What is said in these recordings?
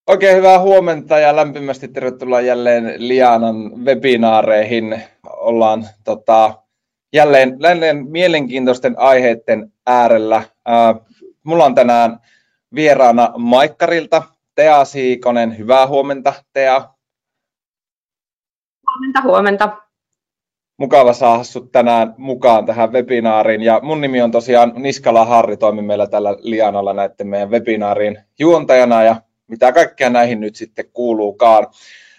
Oikein hyvää huomenta ja lämpimästi tervetuloa jälleen Lianan webinaareihin. Ollaan jälleen mielenkiintoisten aiheiden äärellä. Mulla on tänään vieraana Maikkarilta Tea Siikonen. Hyvää huomenta, Tea. Huomenta. Mukava saada sut tänään mukaan tähän webinaariin. Ja mun nimi on tosiaan Niskala Harri, toimin meillä tällä Lianalla näiden meidän webinaarien juontajana ja mitä kaikkea näihin nyt sitten kuuluukaan.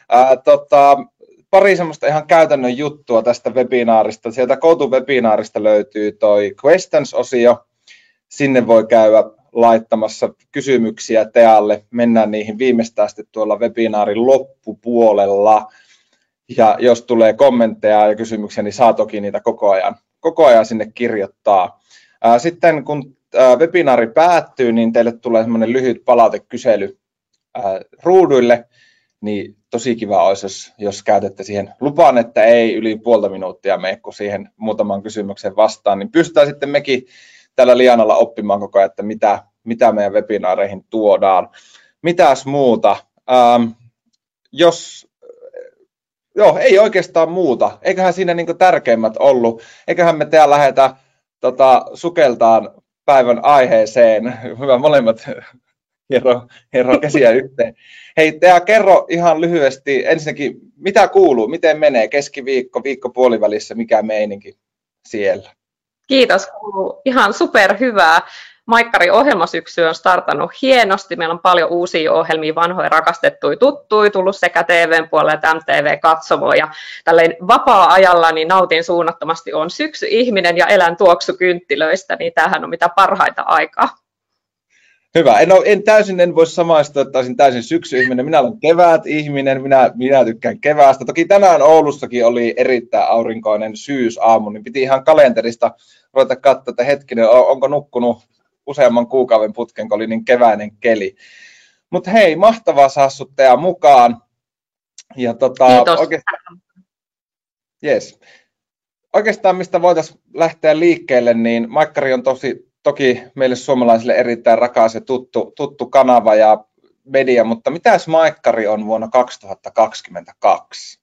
Pari semmoista ihan käytännön juttua tästä webinaarista. Sieltä GoToWebinaarista löytyy toi Questions-osio. Sinne voi käydä laittamassa kysymyksiä Tealle. Mennään niihin viimeistään sitten tuolla webinaarin loppupuolella. Ja jos tulee kommentteja ja kysymyksiä, niin saa toki niitä koko ajan sinne kirjoittaa. Sitten kun webinaari päättyy, niin teille tulee semmoinen lyhyt palautekysely ruuduille, niin tosi kiva olisi, jos käytätte siihen lupaan, että ei yli puolta minuuttia mene, kun siihen muutaman kysymyksen vastaan, niin pystytään sitten mekin täällä Lianalla oppimaan koko ajan, että mitä meidän webinaareihin tuodaan. Mitäs muuta? Ei oikeastaan muuta. Eiköhän siinä niinku tärkeimmät ollut. Eiköhän me täällä lähdetä sukeltaan päivän aiheeseen. Hyvä, molemmat hieroo käsiä yhteen. Hei, Tea, kerro ihan lyhyesti ensinnäkin, mitä kuuluu, miten menee keskiviikko, viikko puolivälissä, mikä meininki siellä? Kiitos, kuuluu ihan superhyvää. Maikkarin ohjelmasyksy on startannut hienosti. Meillä on paljon uusia ohjelmia, vanhoja rakastettuja tuttuja, tullut sekä TVn puolella että MTV-katsomoon. Ja tälleen vapaa-ajalla niin nautin suunnattomasti, on syksy-ihminen ja elän tuoksukynttilöistä, niin tämähän on mitä parhaita aikaa. Hyvä. En voi samaistua, että olisin täysin syksy-ihminen. Minä olen kevät-ihminen, minä tykkään keväästä. Toki tänään Oulussakin oli erittäin aurinkoinen syysaamu, niin piti ihan kalenterista ruveta katsoa, että hetkinen, onko nukkunut useamman kuukauden putken, kun oli niin keväinen keli. Mutta hei, mahtavaa saada sut Tea mukaan. Ja Kiitos. Oikeastaan mistä voitaisiin lähteä liikkeelle, niin Maikkari on toki meille suomalaisille erittäin rakas ja tuttu kanava ja media, mutta mitäs Maikkari on vuonna 2022?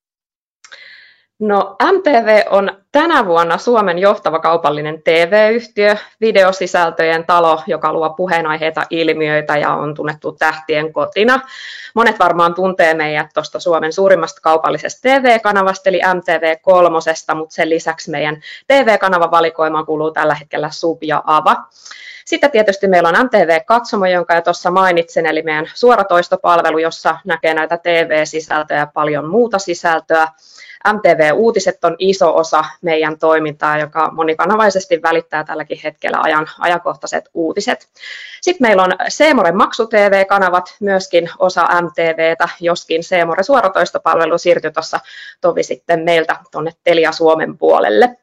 No, MTV on tänä vuonna Suomen johtava kaupallinen TV-yhtiö, videosisältöjen talo, joka luo puheenaiheita, ilmiöitä ja on tunnettu tähtien kotina. Monet varmaan tuntee meidät tuosta Suomen suurimmasta kaupallisesta TV-kanavasta, eli MTV3, mutta sen lisäksi meidän TV-kanavavalikoimaan kuuluu tällä hetkellä Sub ja Ava. Sitten tietysti meillä on MTV-katsomo, jonka jo tuossa mainitsin, eli meidän suoratoistopalvelu, jossa näkee näitä TV-sisältöjä ja paljon muuta sisältöä. MTV-uutiset on iso osa meidän toimintaa, joka monikanavaisesti välittää tälläkin hetkellä ajankohtaiset uutiset. Sitten meillä on C-Moren maksu-TV-kanavat, myöskin osa MTVtä, joskin C-Moren suoratoistopalvelu siirtyi tuossa tovi sitten meiltä tuonne Telia Suomen puolelle.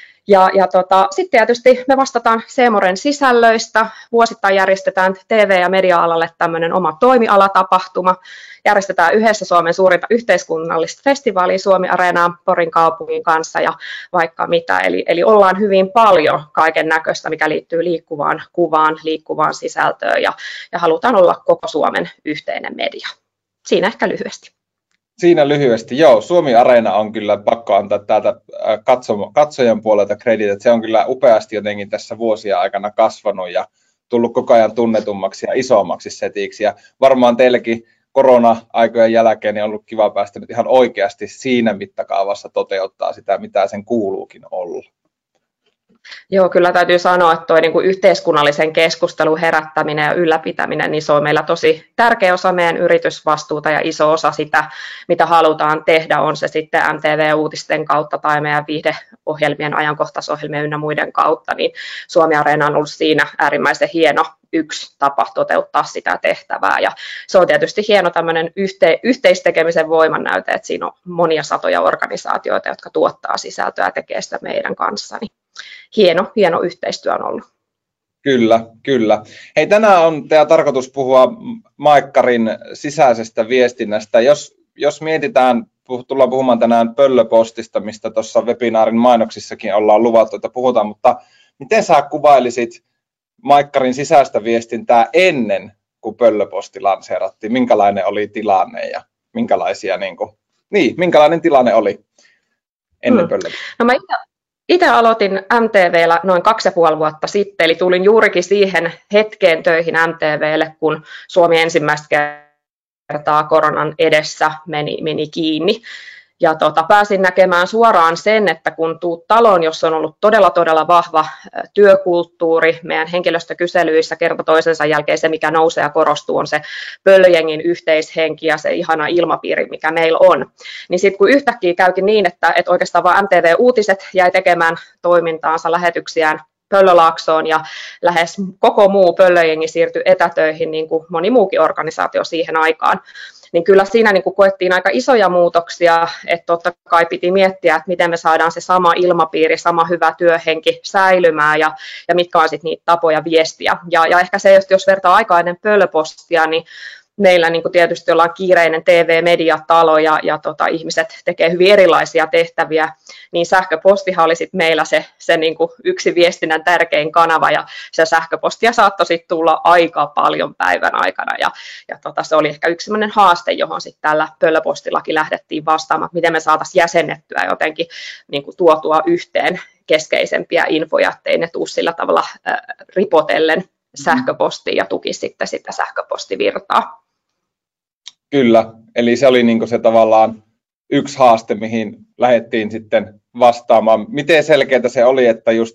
Sitten tietysti me vastataan C-Moren sisällöistä. Vuosittain järjestetään TV- ja media-alalle tämmöinen oma toimialatapahtuma. Järjestetään yhdessä Suomen suurinta yhteiskunnallista festivaalia Suomi-areenaa Porin kaupungin kanssa ja vaikka mitä. Eli ollaan hyvin paljon kaiken näköistä, mikä liittyy liikkuvaan kuvaan, liikkuvaan sisältöön ja halutaan olla koko Suomen yhteinen media. Siinä ehkä lyhyesti. Siinä lyhyesti, joo. Suomi-areena on kyllä pakko antaa täältä katsojan puolelta kreditit. Se on kyllä upeasti jotenkin tässä vuosia aikana kasvanut ja tullut koko ajan tunnetummaksi ja isommaksi setiksi. Ja varmaan teillekin korona-aikojen jälkeen niin on ollut kiva päästä nyt ihan oikeasti siinä mittakaavassa toteuttaa sitä, mitä sen kuuluukin olla. Joo, kyllä täytyy sanoa, että tuo niin yhteiskunnallisen keskustelun herättäminen ja ylläpitäminen, niin se on meillä tosi tärkeä osa meidän yritysvastuuta ja iso osa sitä, mitä halutaan tehdä, on se sitten MTV-uutisten kautta tai meidän viihdeohjelmien, ajankohtaisohjelmien ynnä muiden kautta, niin Suomi-areena on ollut siinä äärimmäisen hieno yksi tapa toteuttaa sitä tehtävää. Ja se on tietysti hieno tämmöinen yhteistekemisen voimannäyte, että siinä on monia satoja organisaatioita, jotka tuottaa sisältöä ja tekee sitä meidän kanssa. Niin hieno yhteistyö on ollut. Kyllä. Hei, tänään on tarkoitus puhua Maikkarin sisäisestä viestinnästä. Jos mietitään, tullaan puhumaan tänään pöllöpostista, mistä tuossa webinaarin mainoksissakin ollaan luvattu, että puhutaan, mutta miten sä kuvailisit Maikkarin sisäistä viestintää ennen kun Pöllöposti lanseerattiin? Minkälainen oli tilanne ja minkälainen tilanne oli ennen Pöllöpostia? No mä itse aloitin MTV:llä noin 2,5 vuotta sitten, eli tulin juurikin siihen hetkeen töihin MTV:lle, kun Suomi ensimmäistä kertaa koronan edessä meni kiinni. Ja pääsin näkemään suoraan sen, että kun tuut taloon, jossa on ollut todella vahva työkulttuuri, meidän henkilöstökyselyissä kerta toisensa jälkeen se, mikä nousee ja korostuu, on se Pöllöjengin yhteishenki ja se ihana ilmapiiri, mikä meillä on. Niin sitten kun yhtäkkiä käykin niin, että oikeastaan vaan MTV-uutiset jäi tekemään toimintaansa, lähetyksiään Pöllölaaksoon ja lähes koko muu Pöllöjengi siirtyi etätöihin, niin kuin moni muukin organisaatio siihen aikaan. Niin kyllä siinä niin kuin koettiin aika isoja muutoksia, että totta kai piti miettiä, että miten me saadaan se sama ilmapiiri, sama hyvä työhenki säilymään ja mitkä on sitten niitä tapoja viestiä. Ja ehkä se, jos vertaa aikaa ennen Pöllöpostia, niin meillä niin kuin tietysti ollaan kiireinen TV-mediatalo ja ihmiset tekee hyvin erilaisia tehtäviä, niin sähköpostihan oli sit meillä se niin kuin yksi viestinnän tärkein kanava ja se sähköpostia saattoi sit tulla aika paljon päivän aikana ja se oli ehkä yksi sellainen haaste, johon sitten tällä Pöllöpostillakin lähdettiin vastaamaan, että miten me saataisiin jäsennettyä jotenkin niin kuin tuotua yhteen keskeisempiä infoja, ettei ne tule sillä tavalla ripotellen sähköpostiin ja tukisi sitten sitä sähköpostivirtaa. Kyllä, eli se oli niin kuin se tavallaan yksi haaste, mihin lähdettiin sitten vastaamaan. Miten selkeää se oli, että just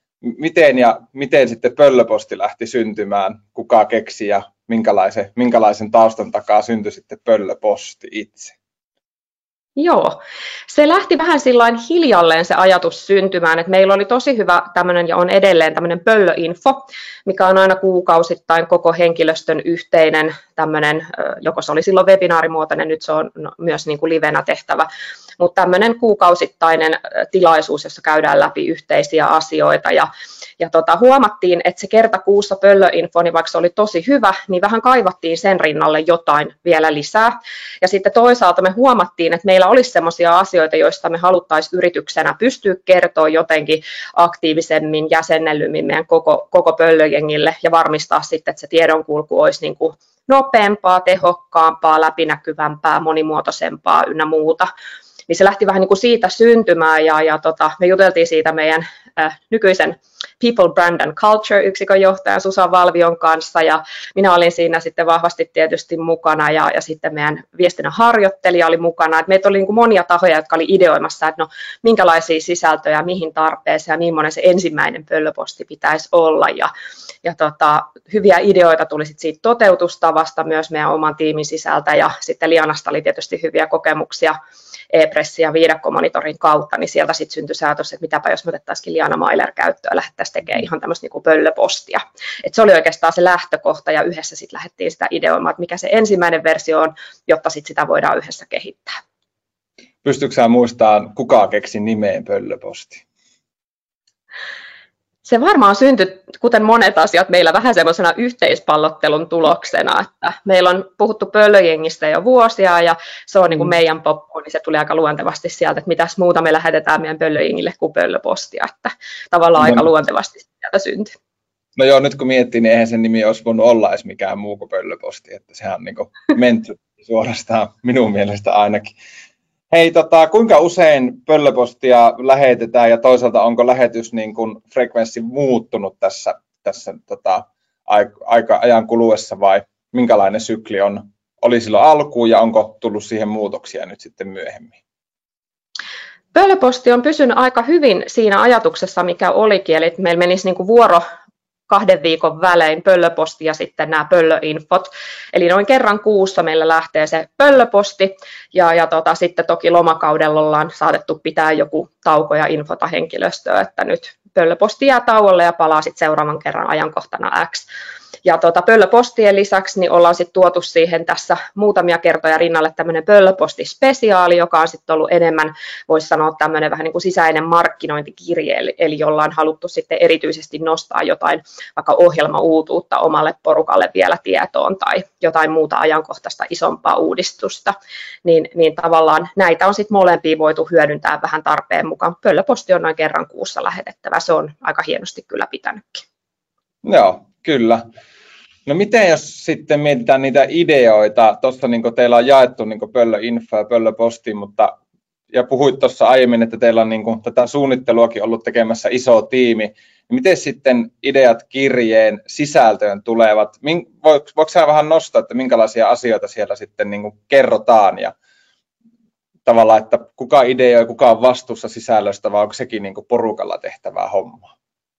miten sitten Pöllöposti lähti syntymään, kuka keksi ja minkälaisen taustan takaa syntyi sitten Pöllöposti itse? Joo, se lähti vähän sillain hiljalleen se ajatus syntymään, että meillä oli tosi hyvä tämmöinen ja on edelleen tämmöinen Pöllöinfo, mikä on aina kuukausittain koko henkilöstön yhteinen tämmöinen, joko se oli silloin webinaarimuotoinen, nyt se on myös niin kuin livenä tehtävä, mutta tämmöinen kuukausittainen tilaisuus, jossa käydään läpi yhteisiä asioita ja huomattiin, että se kerta kuussa Pöllöinfo, niin vaikka se oli tosi hyvä, niin vähän kaivattiin sen rinnalle jotain vielä lisää. Ja sitten toisaalta me huomattiin, että meillä olisi sellaisia asioita, joista me haluttaisiin yrityksenä pystyä kertoa jotenkin aktiivisemmin, jäsennellymmin meidän koko Pöllöjengille ja varmistaa sitten, että se tiedonkulku olisi niin kuin nopeampaa, tehokkaampaa, läpinäkyvämpää, monimuotoisempaa ynnä muuta. Niin se lähti vähän niin kuin siitä syntymään ja me juteltiin siitä meidän nykyisen People, Brand and Culture-yksikön johtajan Susan Valvion kanssa ja minä olin siinä sitten vahvasti tietysti mukana ja sitten meidän viestinnän harjoittelija oli mukana. Et meitä oli niin kuin monia tahoja, jotka oli ideoimassa, että no minkälaisia sisältöjä, mihin tarpeeseen ja millainen se ensimmäinen Pöllöposti pitäisi olla ja hyviä ideoita tuli sitten siitä toteutustavasta myös meidän oman tiimin sisältä ja sitten Lianasta oli tietysti hyviä kokemuksia e-pressi- ja viidakkomonitorin kautta, niin sieltä sitten syntyi se ajatus, että mitäpä jos me otettaisiin Liana Mailer käyttöön ja lähdettäisiin tekemään ihan tämmöistä niin kuin Pöllöpostia. Et se oli oikeastaan se lähtökohta ja yhdessä sitten lähdettiin sitä ideoimaan, että mikä se ensimmäinen versio on, jotta sitten sitä voidaan yhdessä kehittää. Pystytkö sä muistamaan, kuka keksi nimeen Pöllöposti? Se varmaan syntyi, kuten monet asiat, meillä vähän semmoisena yhteispallottelun tuloksena, että meillä on puhuttu Pöllöjengistä jo vuosia ja se on niin kuin meidän poppu, niin se tuli aika luontevasti sieltä, että mitäs muuta me lähetetään meidän Pöllöjengille kuin Pöllöpostia, että tavallaan aika luontevasti sieltä syntyi. No joo, nyt kun miettii, niin eihän sen nimi olisi voinut olla edes mikään muu kuin Pöllöposti, että sehän on niin kuin menty suorastaan minun mielestä ainakin. Hei, kuinka usein Pöllöpostia lähetetään ja toisaalta onko lähetys niin kuin frekvenssi muuttunut tässä ajan kuluessa vai minkälainen sykli oli silloin alkuun ja onko tullut siihen muutoksia nyt sitten myöhemmin? Pöllöposti on pysynyt aika hyvin siinä ajatuksessa, mikä olikin, eli meillä menisi niin kuin vuoro 2 viikon välein Pöllöposti ja sitten nämä Pöllöinfot. Eli noin kerran kuussa meillä lähtee se Pöllöposti ja sitten toki lomakaudella ollaan saatettu pitää joku tauko ja infota henkilöstöä, että nyt Pöllöposti jää tauolle ja palaa sitten seuraavan kerran ajankohtana X. Ja Pöllöpostien lisäksi niin ollaan sitten tuotu siihen tässä muutamia kertoja rinnalle tämmöinen Pöllöposti-spesiaali, joka on sitten ollut enemmän, voisi sanoa tämmöinen vähän niin kuin sisäinen markkinointikirje, eli jolla on haluttu sitten erityisesti nostaa jotain vaikka ohjelmauutuutta omalle porukalle vielä tietoon tai jotain muuta ajankohtaista isompaa uudistusta, niin tavallaan näitä on sitten molempia voitu hyödyntää vähän tarpeen mukaan. Pöllöposti on noin kerran kuussa lähetettävä, se on aika hienosti kyllä pitänytkin. Joo, kyllä. No miten jos sitten mietitään niitä ideoita, tuossa niin teillä on jaettu niin Pöllö-info ja Pöllö-posti, mutta ja puhuit tuossa aiemmin, että teillä on niin tätä suunnitteluakin ollut tekemässä iso tiimi. Miten sitten ideat kirjeen sisältöön tulevat? Voiko sä vähän nostaa, että minkälaisia asioita siellä sitten niin kerrotaan ja tavallaan, että kuka ideoi, kuka on vastuussa sisällöstä, vai onko sekin niin porukalla tehtävää hommaa?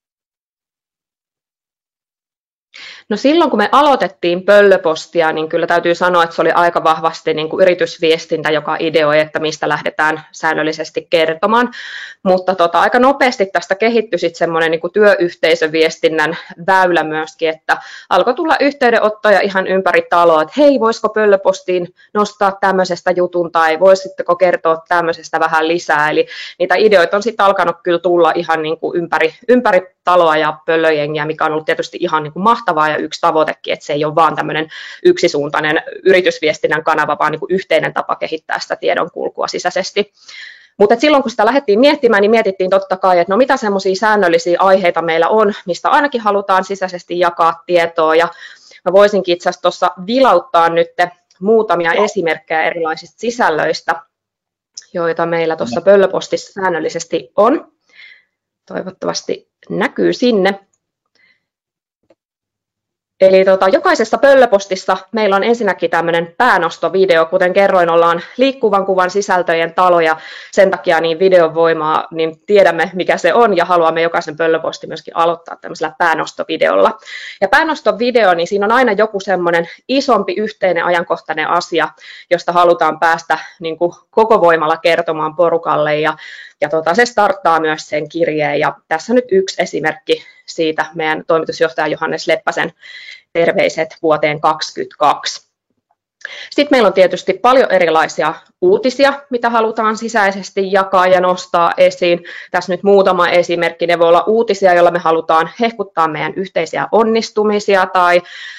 No silloin, kun me aloitettiin Pöllöpostia, niin kyllä täytyy sanoa, että se oli aika vahvasti niin kuin yritysviestintä, joka ideoi, että mistä lähdetään säännöllisesti kertomaan. Mutta aika nopeasti tästä kehittyi sitten semmoinen niin kuin työyhteisöviestinnän väylä myöskin, että alkoi tulla yhteydenottoja ihan ympäri taloa, että hei, voisiko Pöllöpostiin nostaa tämmöisestä jutun tai voisitteko kertoa tämmöisestä vähän lisää. Eli niitä ideoita on sitten alkanut kyllä tulla ihan niin kuin ympäri taloa ja Pöllöjengiä, mikä on ollut tietysti ihan niin kuin mahtavaa ja yksi tavoitekin, että se ei ole vaan tämmöinen yksisuuntainen yritysviestinnän kanava, vaan niin kuin yhteinen tapa kehittää sitä tiedonkulkua sisäisesti. Mutta silloin, kun sitä lähdettiin miettimään, niin mietittiin totta kai, että no mitä semmoisia säännöllisiä aiheita meillä on, mistä ainakin halutaan sisäisesti jakaa tietoa. Ja mä voisinkin itse asiassa tuossa vilauttaa nyt muutamia esimerkkejä erilaisista sisällöistä, joita meillä tuossa Pöllöpostissa säännöllisesti on. Toivottavasti näkyy sinne. Eli jokaisessa Pöllöpostissa meillä on ensinnäkin tämmöinen päänostovideo, kuten kerroin, ollaan liikkuvan kuvan sisältöjen talo ja sen takia niin videon voimaa, niin tiedämme mikä se on ja haluamme jokaisen Pöllöposti myöskin aloittaa tämmöisellä päänostovideolla. Ja päänostovideo, niin siinä on aina joku semmoinen isompi yhteinen ajankohtainen asia, josta halutaan päästä niin kuin koko voimalla kertomaan porukalle ja se starttaa myös sen kirjeen ja tässä nyt yksi esimerkki siitä meidän toimitusjohtaja Johannes Leppäsen terveiset vuoteen 2022. Sitten meillä on tietysti paljon erilaisia uutisia, mitä halutaan sisäisesti jakaa ja nostaa esiin. Tässä nyt muutama esimerkki. Ne voi olla uutisia, joilla me halutaan hehkuttaa meidän yhteisiä onnistumisia tai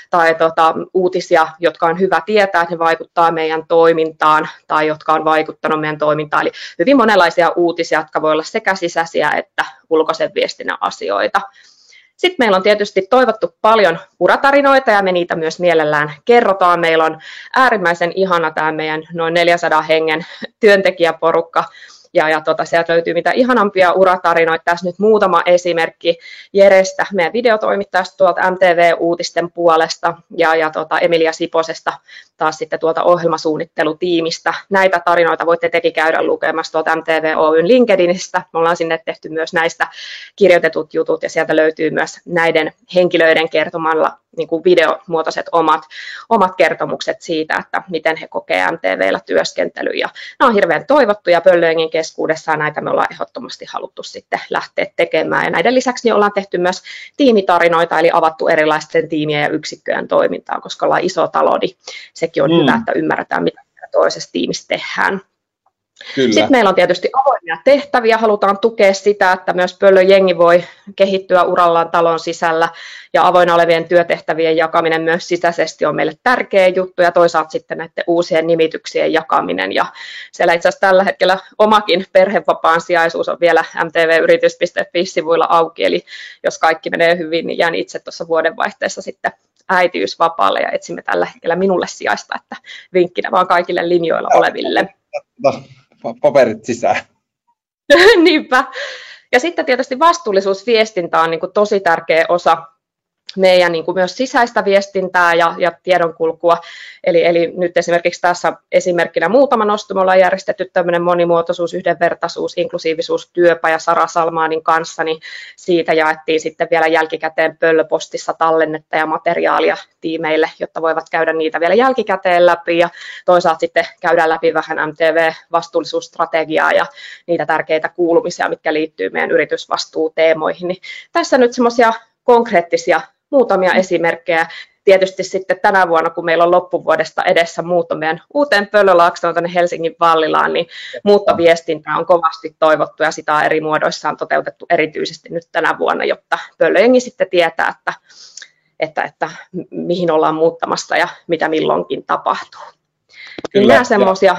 uutisia, jotka on hyvä tietää, että ne vaikuttaa meidän toimintaan tai jotka on vaikuttanut meidän toimintaan. Eli hyvin monenlaisia uutisia, jotka voi olla sekä sisäisiä että ulkoisen viestinnän asioita. Sitten meillä on tietysti toivottu paljon uratarinoita ja me niitä myös mielellään kerrotaan. Meillä on äärimmäisen ihana tämä meidän noin 400 hengen työntekijäporukka ja sieltä löytyy mitä ihanampia uratarinoita. Tässä nyt muutama esimerkki Jerestä, meidän videotoimittajasta tuolta MTV-uutisten puolesta ja Emilia Siposesta taas sitten tuolta ohjelmasuunnittelutiimistä. Näitä tarinoita voitte tekin käydä lukemassa tuolta MTV Oyn LinkedInistä. Me ollaan sinne tehty myös näistä kirjoitetut jutut ja sieltä löytyy myös näiden henkilöiden kertomalla niin kuin videomuotoiset omat kertomukset siitä, että miten he kokee MTV:llä työskentelyä. Ja nämä on hirveän toivottuja Pöllöjengin keskuudessa ja näitä me ollaan ehdottomasti haluttu sitten lähteä tekemään. Ja näiden lisäksi niin ollaan tehty myös tiimitarinoita, eli avattu erilaisten tiimien ja yksikköjen toimintaa, koska ollaan iso talo, niin sekin on hyvä, että ymmärretään, mitä toisessa tiimissä tehdään. Kyllä. Sitten meillä on tietysti avoimia tehtäviä, halutaan tukea sitä, että myös Pöllöjengi voi kehittyä urallaan talon sisällä ja avoinna olevien työtehtävien jakaminen myös sisäisesti on meille tärkeä juttu ja toisaalta sitten näiden uusien nimityksien jakaminen ja siellä itse asiassa tällä hetkellä omakin perhevapaan sijaisuus on vielä mtvyritys.fi-sivuilla auki, eli jos kaikki menee hyvin, niin jään itse tuossa vuodenvaihteessa sitten äitiysvapaalle ja etsimme tällä hetkellä minulle sijaista, että vinkkinä vaan kaikille linjoilla oleville. Paperit sisään. Niinpä. Ja sitten tietysti vastuullisuusviestintä on niin kuin tosi tärkeä osa meidän niin kuin myös sisäistä viestintää ja tiedonkulkua. Eli nyt esimerkiksi tässä esimerkkinä muutama nosto. Me ollaan järjestetty tämmöinen monimuotoisuus, yhdenvertaisuus, inklusiivisuus työpaja Sara Salmanin kanssa, niin siitä jaettiin sitten vielä jälkikäteen Pöllöpostissa tallennetta ja materiaalia tiimeille, jotta voivat käydä niitä vielä jälkikäteen läpi ja toisaalta sitten käydään läpi vähän MTV-vastuullisuusstrategiaa ja niitä tärkeitä kuulumisia, mitkä liittyy meidän yritysvastuuteemoihin. Niin tässä nyt semmoisia konkreettisia muutamia esimerkkejä. Tietysti sitten tänä vuonna, kun meillä on loppuvuodesta edessä muutto meidän uuteen Pöllölaaksoon tuonne Helsingin Vallilaan, niin muuttoviestintää on kovasti toivottu ja sitä on eri muodoissaan toteutettu erityisesti nyt tänä vuonna, jotta Pöllöjengi sitten tietää, että mihin ollaan muuttamassa ja mitä milloinkin tapahtuu. Kyllä. Nämä semmoisia.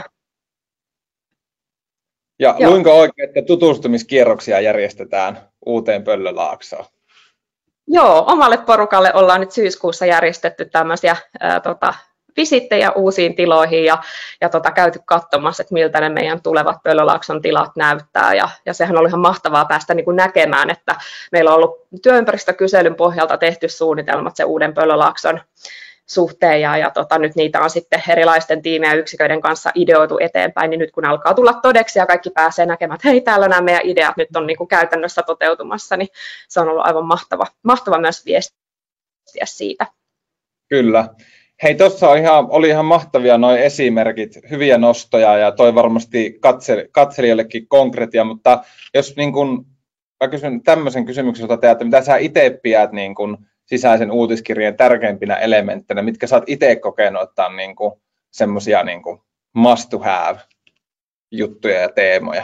Ja luinko oikein, että tutustumiskierroksia järjestetään uuteen Pöllölaaksoon? Joo, omalle porukalle ollaan nyt syyskuussa järjestetty tämmöisiä visittejä uusiin tiloihin ja käyty katsomassa, että miltä ne meidän tulevat Pöllölaakson tilat näyttää. Ja sehän oli ihan mahtavaa päästä niin kuin näkemään, että meillä on ollut työympäristökyselyn pohjalta tehty suunnitelmat se uuden Pöllölaakson suhteen ja nyt niitä on sitten erilaisten tiimien ja yksiköiden kanssa ideoitu eteenpäin, niin nyt kun alkaa tulla todeksi ja kaikki pääsee näkemään, että hei, täällä nämä meidän ideat nyt on niin kuin käytännössä toteutumassa, niin se on ollut aivan mahtava myös viestiä siitä. Kyllä. Hei, tuossa oli ihan mahtavia nuo esimerkit, hyviä nostoja ja toi varmasti katselijoillekin konkreettia, mutta jos niin kun, mä kysyn tämmöisen kysymyksen teiltä, mitä sä itse pidät niin kun sisäisen uutiskirjeen tärkeimpinä elementteinä, mitkä sä oot itse kokenut, että on niin kun semmoisia niin kun must to have juttuja ja teemoja?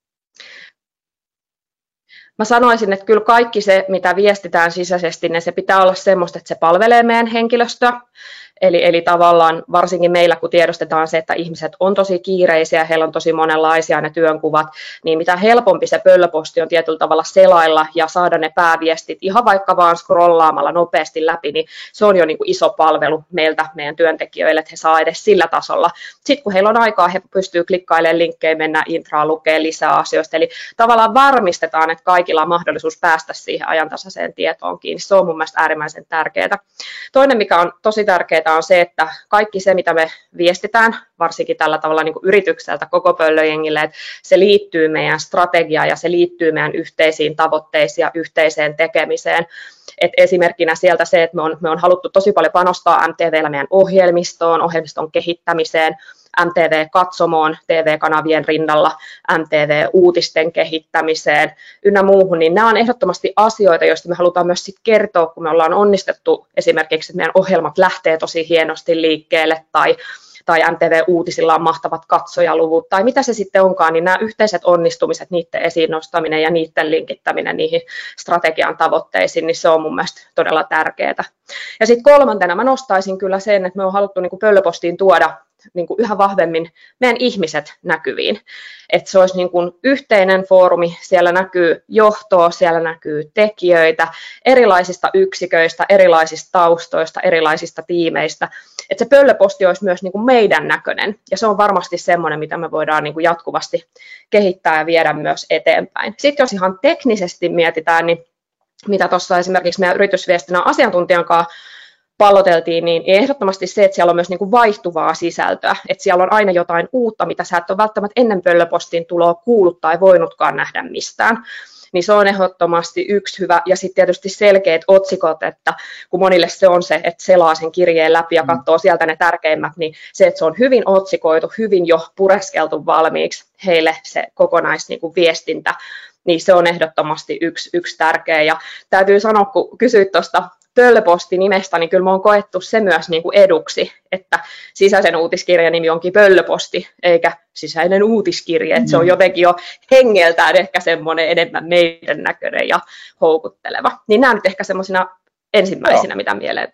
Mä sanoisin, että kyllä kaikki se, mitä viestitään sisäisesti, niin se pitää olla semmoista, että se palvelee meidän henkilöstöä. Eli tavallaan varsinkin meillä, kun tiedostetaan se, että ihmiset on tosi kiireisiä, heillä on tosi monenlaisia ne työnkuvat, niin mitä helpompi se pöllöposti on tietyllä tavalla selailla ja saada ne pääviestit ihan vaikka vaan scrollaamalla nopeasti läpi, niin se on jo niin kuin iso palvelu meidän työntekijöille, että he saa edes sillä tasolla. Sitten kun heillä on aikaa, he pystyy klikkailemaan linkkejä, mennä intraa, lukea lisää asioista, eli tavallaan varmistetaan, että kaikilla on mahdollisuus päästä siihen ajantasaiseen tietoon kiinni. Se on mun mielestä äärimmäisen tärkeää. Toinen, mikä on tosi tärkeää, on se, että kaikki se, mitä me viestitään, varsinkin tällä tavalla niin kuin yritykseltä koko pöllöjengille, että se liittyy meidän strategiaan ja se liittyy meidän yhteisiin tavoitteisiin ja yhteiseen tekemiseen. Et esimerkkinä sieltä se, että me on haluttu tosi paljon panostaa MTV:llä meidän ohjelmistoon, ohjelmiston kehittämiseen, MTV-katsomoon, TV-kanavien rinnalla, MTV-uutisten kehittämiseen ynnä muuhun, niin nämä on ehdottomasti asioita, joista me halutaan myös sit kertoa, kun me ollaan onnistettu esimerkiksi, että meidän ohjelmat lähtee tosi hienosti liikkeelle tai MTV-uutisilla on mahtavat katsojaluvut, tai mitä se sitten onkaan, niin nämä yhteiset onnistumiset, niiden esiin nostaminen ja niiden linkittäminen niihin strategian tavoitteisiin, niin se on mun mielestä todella tärkeää. Ja sitten kolmantena mä nostaisin kyllä sen, että me on haluttu niin kuin Pöllöpostiin tuoda niin kuin yhä vahvemmin meidän ihmiset näkyviin. Että se olisi niin kuin yhteinen foorumi, siellä näkyy johtoa, siellä näkyy tekijöitä, erilaisista yksiköistä, erilaisista taustoista, erilaisista tiimeistä. Että se Pöllöposti olisi myös niin kuin meidän näköinen, ja se on varmasti semmoinen, mitä me voidaan niin kuin jatkuvasti kehittää ja viedä myös eteenpäin. Sitten jos ihan teknisesti mietitään, niin mitä tuossa esimerkiksi meidän yritysviestinnän asiantuntijan kanssa palloteltiin, niin ehdottomasti se, että siellä on myös niin kuin vaihtuvaa sisältöä, että siellä on aina jotain uutta, mitä sä et ole välttämättä ennen Pöllöpostin tuloa kuullut tai voinutkaan nähdä mistään. Niin se on ehdottomasti yksi hyvä, ja sitten tietysti selkeät otsikot, että kun monille se on se, että selaa sen kirjeen läpi ja katsoo sieltä ne tärkeimmät, niin se, että se on hyvin otsikoitu, hyvin jo pureskeltu valmiiksi heille se kokonaisviestintä, niin se on ehdottomasti yksi tärkeä. Ja täytyy sanoa, kun kysyit tuosta Pöllöposti-nimestä, niin kyllä me on koettu se myös niin kuin eduksi, että sisäisen uutiskirjan nimi onkin Pöllöposti, eikä sisäinen uutiskirja, että se on jotenkin jo hengeltään ehkä semmoinen enemmän meidän näköinen ja houkutteleva. Niin nämä nyt ehkä semmoisina ensimmäisinä, mitä mieleen.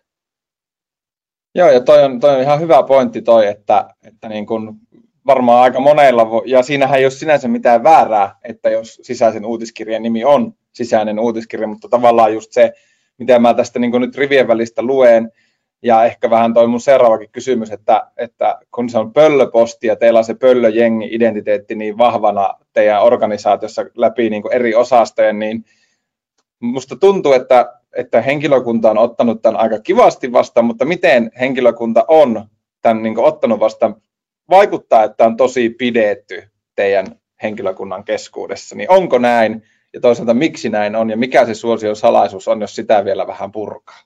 Joo, ja toi on ihan hyvä pointti että niin kuin varmaan aika monella, ja siinähän ei ole sinänsä mitään väärää, että jos sisäisen uutiskirjan nimi on sisäinen uutiskirja, mutta tavallaan just se, mitä mä tästä niin kuin nyt rivien välistä luen, ja ehkä vähän toi mun seuraavakin kysymys, että kun se on Pöllöposti ja teillä on se Pöllöjengi-identiteetti niin vahvana teidän organisaatiossa läpi niin kuin eri osastojen, niin musta tuntuu, että henkilökunta on ottanut tämän aika kivasti vastaan, mutta miten henkilökunta on tämän niin kuin ottanut vastaan? Vaikuttaa, että on tosi pidetty teidän henkilökunnan keskuudessa, niin onko näin? Ja toisaalta miksi näin on ja mikä se suosion salaisuus on, jos sitä vielä vähän purkaa?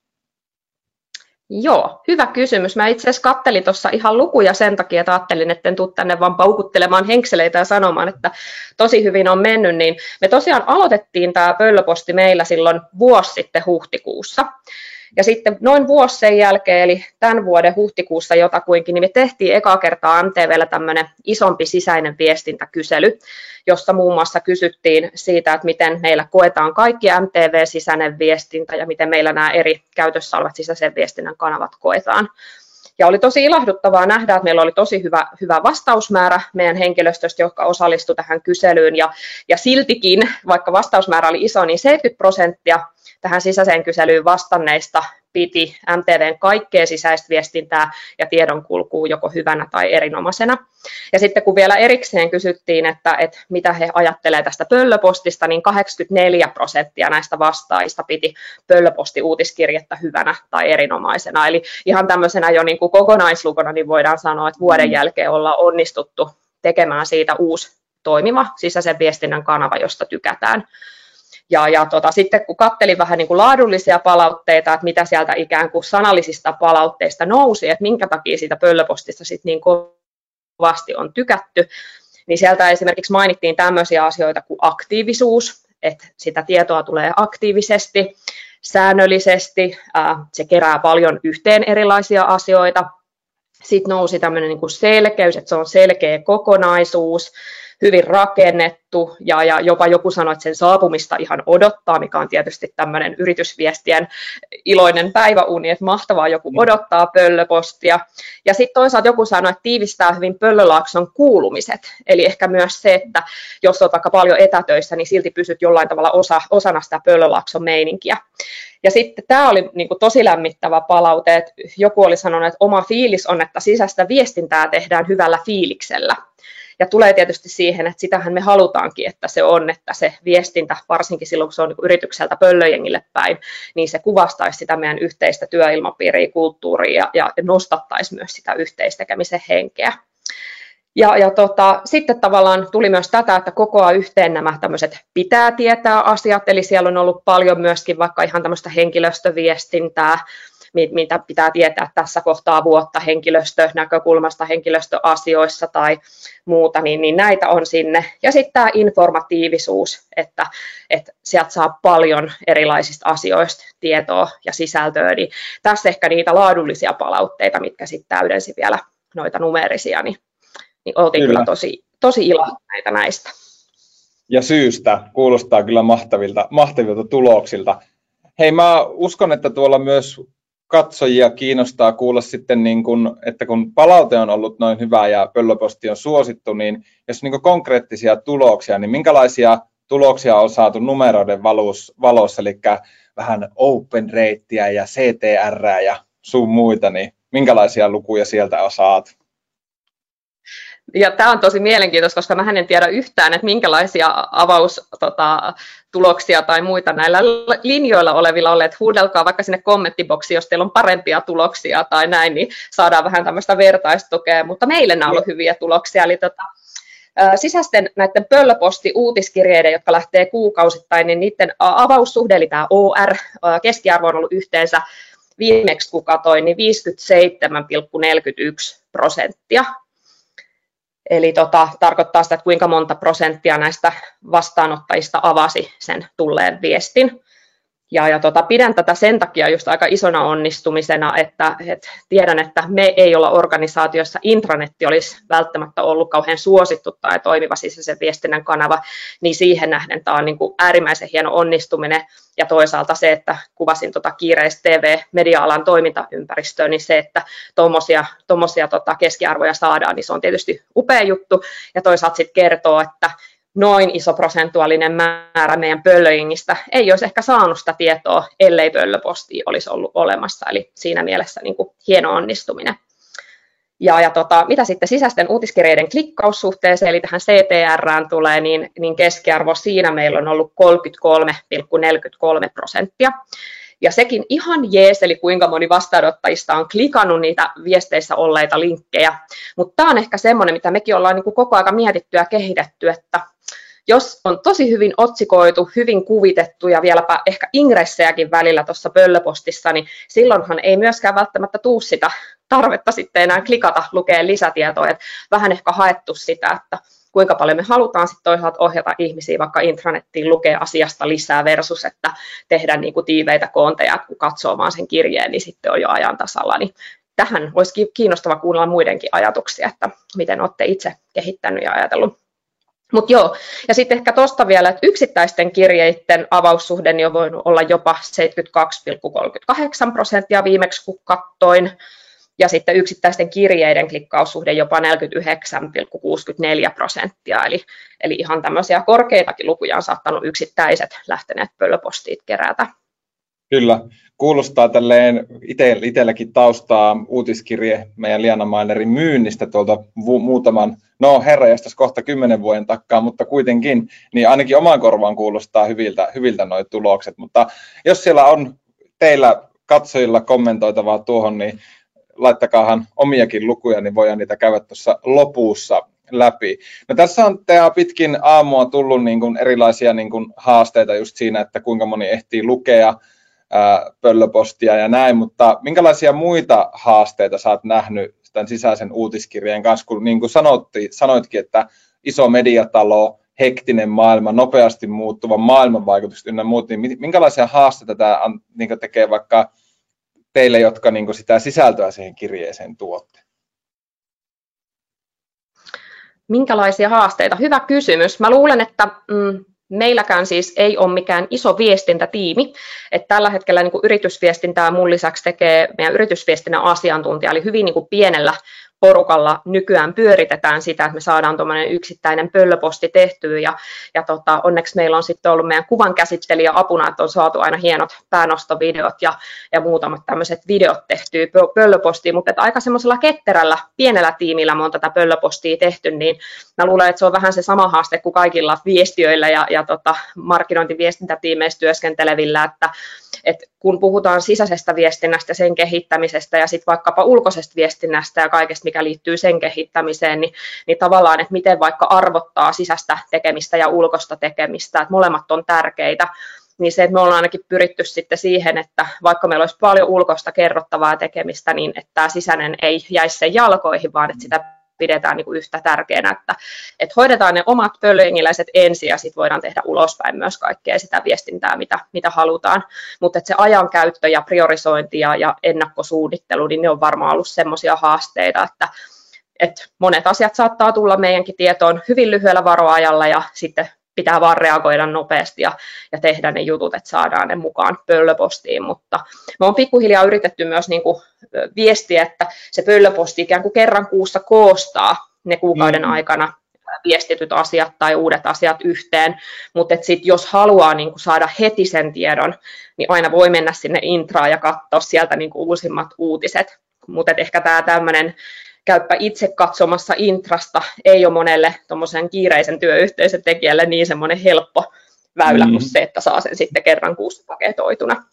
Joo, hyvä kysymys. Mä itse asiassa kattelin tuossa ihan lukuja sen takia, että ajattelin, että en tule tänne vaan paukuttelemaan henkseleitä ja sanomaan, että tosi hyvin on mennyt. Niin me tosiaan aloitettiin tämä Pöllöposti meillä silloin vuosi sitten huhtikuussa. Ja sitten noin vuosi sen jälkeen, eli tämän vuoden huhtikuussa jotakuinkin, niin me tehtiin ekaa kertaa MTV:llä tämmöinen isompi sisäinen viestintäkysely, jossa muun muassa kysyttiin siitä, että miten meillä koetaan kaikki MTV-sisäinen viestintä ja miten meillä nämä eri käytössä olevat sisäisen viestinnän kanavat koetaan. Ja oli tosi ilahduttavaa nähdä, että meillä oli tosi hyvä vastausmäärä meidän henkilöstöstä, joka osallistui tähän kyselyyn. Ja siltikin, vaikka vastausmäärä oli iso, niin 70% tähän sisäiseen kyselyyn vastanneista piti MTV:n kaikkea sisäistä viestintää ja tiedonkulkua joko hyvänä tai erinomaisena. Ja sitten kun vielä erikseen kysyttiin, että mitä he ajattelevat tästä pöllöpostista, niin 84% näistä vastaajista piti pöllöposti-uutiskirjettä hyvänä tai erinomaisena. Eli ihan tämmöisenä jo niin kuin kokonaislukuna niin voidaan sanoa, että vuoden jälkeen ollaan onnistuttu tekemään siitä uusi toimiva sisäisen viestinnän kanava, josta tykätään. Sitten kun katselin vähän niin kuin laadullisia palautteita, että mitä sieltä ikään kuin sanallisista palautteista nousi, että minkä takia siitä pöllöpostista sitten niin kovasti on tykätty, niin sieltä esimerkiksi mainittiin tämmöisiä asioita kuin aktiivisuus, että sitä tietoa tulee aktiivisesti, säännöllisesti, se kerää paljon yhteen erilaisia asioita. Sitten nousi tämmöinen niin kuin selkeys, että se on selkeä kokonaisuus, hyvin rakennettu ja jopa joku sanoi, että sen saapumista ihan odottaa, mikä on tietysti tämmöinen yritysviestien iloinen päiväuni, että mahtavaa joku odottaa pöllöpostia. Ja sitten toisaalta joku sanoi, että tiivistää hyvin Pöllölaakson kuulumiset, eli ehkä myös se, että jos olet vaikka paljon etätöissä, niin silti pysyt jollain tavalla osana sitä Pöllölaakson meininkiä. Ja sitten tämä oli niin kuin tosi lämmittävä palaute, että joku oli sanonut, että oma fiilis on, että sisäistä viestintää tehdään hyvällä fiiliksellä. Ja tulee tietysti siihen, että sitähän me halutaankin, että se on, että se viestintä, varsinkin silloin kun se on niin yritykseltä pöllöjengille päin, niin se kuvastaisi sitä meidän yhteistä työilmapiiriä, kulttuuria ja nostattaisi myös sitä yhteistekemisen henkeä. Sitten tavallaan tuli myös tätä, että kokoaa yhteen nämä tämmöiset pitää tietää asiat, eli siellä on ollut paljon myöskin vaikka ihan tämmöistä henkilöstöviestintää, mitä pitää tietää tässä kohtaa vuotta henkilöstönäkökulmasta, henkilöstöasioissa tai muuta, niin näitä on sinne. Ja sitten tämä informatiivisuus, että sieltä saa paljon erilaisista asioista tietoa ja sisältöä. Niin tässä ehkä niitä laadullisia palautteita, mitkä sitten täydensi vielä noita numeerisia, niin oltiin kyllä tosi ilahtuneita näistä. Ja syystä kuulostaa kyllä mahtavilta tuloksilta. Hei, mä uskon, että tuolla myös katsojia kiinnostaa kuulla sitten, niin kun, että kun palaute on ollut noin hyvä ja pöllöposti on suosittu, niin jos niin konkreettisia tuloksia, niin minkälaisia tuloksia on saatu numeroiden valossa, eli vähän open ratea ja CTR ja sun muita, niin minkälaisia lukuja sieltä saat? Ja tämä on tosi mielenkiintoista, koska mä en tiedä yhtään, että minkälaisia avaustuloksia tai muita näillä linjoilla olevilla on, että huudelkaa vaikka sinne kommenttiboksiin, jos teillä on parempia tuloksia tai näin, niin saadaan vähän tämmöistä vertaistukea, mutta meille nämä on ollut hyviä tuloksia. Eli sisäisten näiden pöllöposti-uutiskirjeiden, jotka lähtee kuukausittain, niin niiden avaussuhde, eli tämä OR, keskiarvo on ollut yhteensä viimeksi kun katoin, niin 57,41%. Eli tarkoittaa sitä, että kuinka monta prosenttia näistä vastaanottajista avasi sen tulleen viestin. Pidän tätä sen takia just aika isona onnistumisena, että tiedän, että me ei olla organisaatiossa intranetti olisi välttämättä ollut kauhean suosittu tai toimiva sisäisen viestinnän kanava, niin siihen nähden tämä on niin kuin äärimmäisen hieno onnistuminen. Ja toisaalta se, että kuvasin kiireistä TV-media-alan toimintaympäristöä, niin se, että tuommoisia keskiarvoja saadaan, niin se on tietysti upea juttu. Ja toisaalta sitten kertoo, että noin iso prosentuaalinen määrä meidän pöllöjengistä ei olisi ehkä saanut sitä tietoa, ellei pöllöpostia olisi ollut olemassa. Eli siinä mielessä niin kuin hieno onnistuminen. Mitä sitten sisäisten uutiskirjeiden klikkaussuhteeseen, eli tähän CTR:ään tulee, niin keskiarvo siinä meillä on ollut 33,43%. Ja sekin ihan jees, eli kuinka moni vastaanottajista on klikannut niitä viesteissä olleita linkkejä. Mutta tämä on ehkä semmoinen, mitä mekin ollaan niin kuin koko ajan mietitty ja kehitetty, että jos on tosi hyvin otsikoitu, hyvin kuvitettu ja vieläpä ehkä ingressejäkin välillä tuossa pöllöpostissa, niin silloinhan ei myöskään välttämättä tule sitä tarvetta sitten enää klikata, lukea lisätietoa. Et vähän ehkä haettu sitä, että kuinka paljon me halutaan sitten toisaalta ohjata ihmisiä vaikka intranettiin lukea asiasta lisää versus, että tehdä niin kuin tiiveitä koonteja, kun katsoo vaan sen kirjeen, niin sitten on jo ajan tasalla. Niin tähän olisi kiinnostava kuunnella muidenkin ajatuksia, että miten olette itse kehittänyt ja ajatellut. Mutta joo, ja sitten ehkä tuosta vielä, että yksittäisten kirjeiden avaussuhde niin on voinut olla jopa 72,38% viimeksi kun katsoin. ja sitten yksittäisten kirjeiden klikkaussuhde jopa 49,64%, eli ihan tämmöisiä korkeitakin lukuja on saattanut yksittäiset lähteneet pöllöpostit kerätä. Kyllä, kuulostaa tälleen itselläkin taustaa uutiskirje meidän Liana Mainerin myynnistä tuolta muutaman, herranjestas kohta 10 vuoden takaa, mutta kuitenkin, niin ainakin omaan korvaan kuulostaa hyviltä nuo tulokset, mutta jos siellä on teillä katsojilla kommentoitavaa tuohon, niin laittakaahan omiakin lukuja, niin voidaan niitä käydä tuossa lopussa läpi. No tässä on pitkin aamua tullut niin kuin erilaisia niin kuin haasteita just siinä, että kuinka moni ehtii lukea pöllöpostia ja näin, mutta minkälaisia muita haasteita sä oot nähnyt tämän sisäisen uutiskirjeen kanssa, kun niin kuin sanoitkin, että iso mediatalo, hektinen maailma, nopeasti muuttuva maailmanvaikutus ynnä muut, niin minkälaisia haasteita tämä niin tekee vaikka teille, jotka niin sitä sisältöä siihen kirjeeseen tuotte? Minkälaisia haasteita? Hyvä kysymys. Mä luulen, että meilläkään siis ei ole mikään iso viestintätiimi. Että tällä hetkellä niin kuin yritysviestintää mun lisäksi tekee meidän yritysviestinnän asiantuntija, eli hyvin niin kuin pienellä porukalla nykyään pyöritetään sitä, että me saadaan tuommoinen yksittäinen pöllöposti tehtyä ja onneksi meillä on sitten ollut meidän kuvan käsittelijä apuna, että on saatu aina hienot päänostovideot ja muutamat tämmöiset videot tehtyä pöllöpostiin, mutta aika semmoisella ketterällä pienellä tiimillä me on tätä pöllöpostia tehty, niin mä luulen, että se on vähän se sama haaste kuin kaikilla viestiöillä ja markkinointiviestintätiimeissä työskentelevillä, että kun puhutaan sisäisestä viestinnästä, sen kehittämisestä ja sitten vaikkapa ulkoisesta viestinnästä ja kaikesta, mikä liittyy sen kehittämiseen, niin tavallaan, että miten vaikka arvottaa sisäistä tekemistä ja ulkoista tekemistä, että molemmat on tärkeitä, niin se, että me ollaan ainakin pyritty sitten siihen, että vaikka meillä olisi paljon ulkoista kerrottavaa tekemistä, niin että tämä sisäinen ei jäisi sen jalkoihin, vaan että sitä pidetään niin kuin yhtä tärkeänä, että hoidetaan ne omat pöllöjengiläiset ensin ja sitten voidaan tehdä ulospäin myös kaikkea sitä viestintää, mitä halutaan. Mutta se ajankäyttö ja priorisointi ja ennakkosuunnittelu, niin ne on varmaan ollut semmoisia haasteita, että monet asiat saattaa tulla meidänkin tietoon hyvin lyhyellä varoajalla ja sitten pitää vaan reagoida nopeasti ja tehdä ne jutut, että saadaan ne mukaan pöllöpostiin, mutta me on pikkuhiljaa yritetty myös niin kuin viestiä, että se pöllöposti ikään kuin kerran kuussa koostaa ne kuukauden aikana viestityt asiat tai uudet asiat yhteen, mutta sitten jos haluaa niin kuin saada heti sen tiedon, niin aina voi mennä sinne intraan ja katsoa sieltä niin kuin uusimmat uutiset, mutta ehkä tämä tämmöinen käyppä itse katsomassa intrasta ei ole monelle tuommoisen kiireisen työyhteisön tekijälle niin semmoinen helppo väylä kuin se, että saa sen sitten kerran kuussa paketoituna.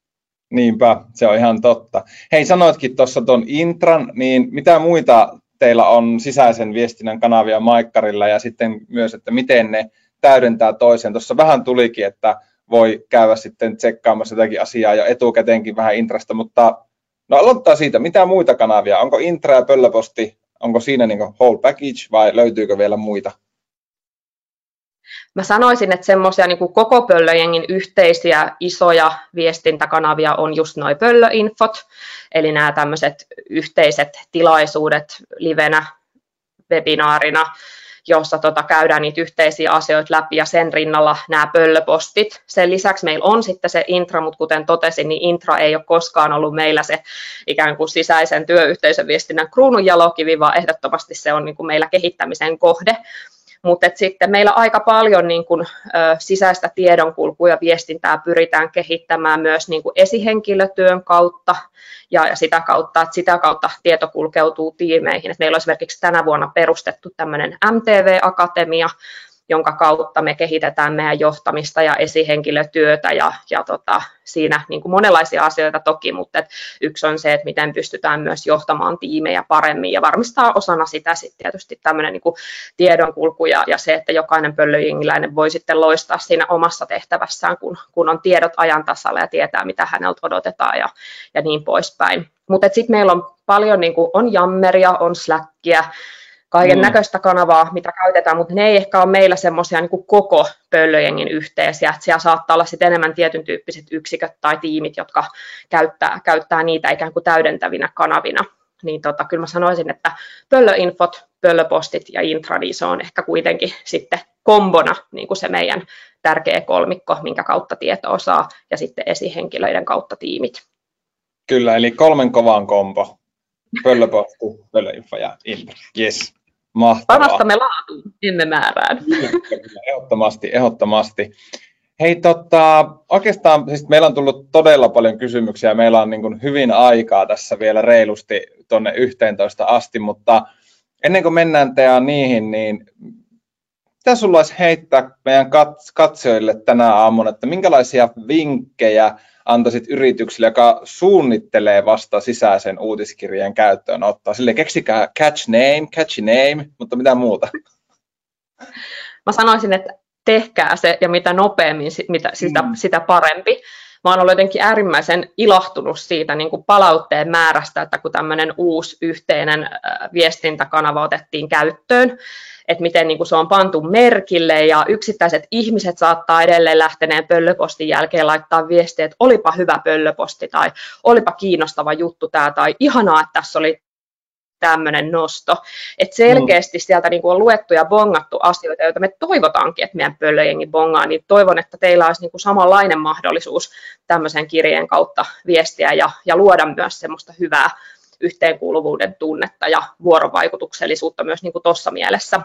Niinpä, se on ihan totta. Hei, sanoitkin tuossa tuon intran, niin mitä muita teillä on sisäisen viestinnän kanavia Maikkarilla ja sitten myös, että miten ne täydentää toisen. Tuossa vähän tulikin, että voi käydä sitten tsekkaamassa jotakin asiaa jo etukäteenkin vähän intrasta, mutta no aloittaa siitä, mitä muita kanavia? Onko intra ja pöllöposti, onko siinä niin kuin whole package vai löytyykö vielä muita? Mä sanoisin, että semmoisia niin kuin koko pöllöjengin yhteisiä isoja viestintäkanavia on just noi pöllöinfot, eli nämä tämmöiset yhteiset tilaisuudet livenä, webinaarina, jossa käydään niitä yhteisiä asioita läpi ja sen rinnalla nämä pöllöpostit. Sen lisäksi meillä on sitten se intra, mutta kuten totesin, niin intra ei ole koskaan ollut meillä se ikään kuin sisäisen työyhteisön viestinnän kruununjalokivi, vaan ehdottomasti se on niin kuin meillä kehittämisen kohde. Mutta sitten meillä aika paljon niin kun, sisäistä tiedonkulkua ja viestintää pyritään kehittämään myös niin kun esihenkilötyön kautta ja sitä kautta tieto kulkeutuu tiimeihin. Et meillä on esimerkiksi tänä vuonna perustettu tämmöinen MTV-akatemia, jonka kautta me kehitetään meidän johtamista ja esihenkilötyötä ja siinä niin kuin monenlaisia asioita toki, mutta yksi on se, että miten pystytään myös johtamaan tiimejä paremmin ja varmistaa osana sitä sitten tietysti tämmöinen niin kuin tiedonkulku ja se, että jokainen pöllöjengiläinen voi sitten loistaa siinä omassa tehtävässään, kun on tiedot ajan tasalla ja tietää, mitä häneltä odotetaan ja niin poispäin. Mutta sitten meillä on paljon, niin kuin on Jammeria, on Slackia, kaiken näköistä kanavaa, mitä käytetään, mutta ne ei ehkä ole meillä semmoisia niin kuin koko pöllöjengin yhteisiä. Että siellä saattaa olla sitten enemmän tietyn tyyppiset yksiköt tai tiimit, jotka käyttää niitä ikään kuin täydentävinä kanavina. Niin kyllä mä sanoisin, että pöllöinfot, pöllöpostit ja intra, niin se on ehkä kuitenkin sitten kombona niin kuin se meidän tärkeä kolmikko, minkä kautta tietoa saa, ja sitten esihenkilöiden kautta tiimit. Kyllä, eli 3 kovan kombo. Pöllöposti, Pöllöinfo ja Intra. Yes, mahtavaa. Panostamme laatuun, emme määrään. Kyllä, ehdottomasti. Hei, oikeastaan siis meillä on tullut todella paljon kysymyksiä. Meillä on niin kuin hyvin aikaa tässä vielä reilusti tuonne 11 asti, mutta ennen kuin mennään Tea niihin, niin mitä sulla olisi heittää meidän katsojille tänä aamuna, että minkälaisia vinkkejä antaisit yrityksille, joka suunnittelee vasta sisäisen uutiskirjeen käyttöönottoa? Sille keksikää catchy name, mutta mitä muuta? Mä sanoisin, että tehkää se ja mitä nopeammin, sitä parempi. Mä oon ollut jotenkin äärimmäisen ilahtunut siitä niin kuin palautteen määrästä, että kun tämmöinen uusi yhteinen viestintäkanava otettiin käyttöön, että miten niin kuin se on pantu merkille ja yksittäiset ihmiset saattaa edelleen lähteneen pöllöpostin jälkeen laittaa viestiä, että olipa hyvä pöllöposti tai olipa kiinnostava juttu tämä tai ihanaa, että tässä oli tämmöinen nosto. Että selkeästi sieltä niin kuin on luettu ja bongattu asioita, joita me toivotaankin, että meidän pöllöjengi bongaa, niin toivon, että teillä olisi niin kuin samanlainen mahdollisuus tämmöisen kirjeen kautta viestiä ja luoda myös semmoista hyvää yhteenkuuluvuuden tunnetta ja vuorovaikutuksellisuutta myös niin kuin tuossa mielessä.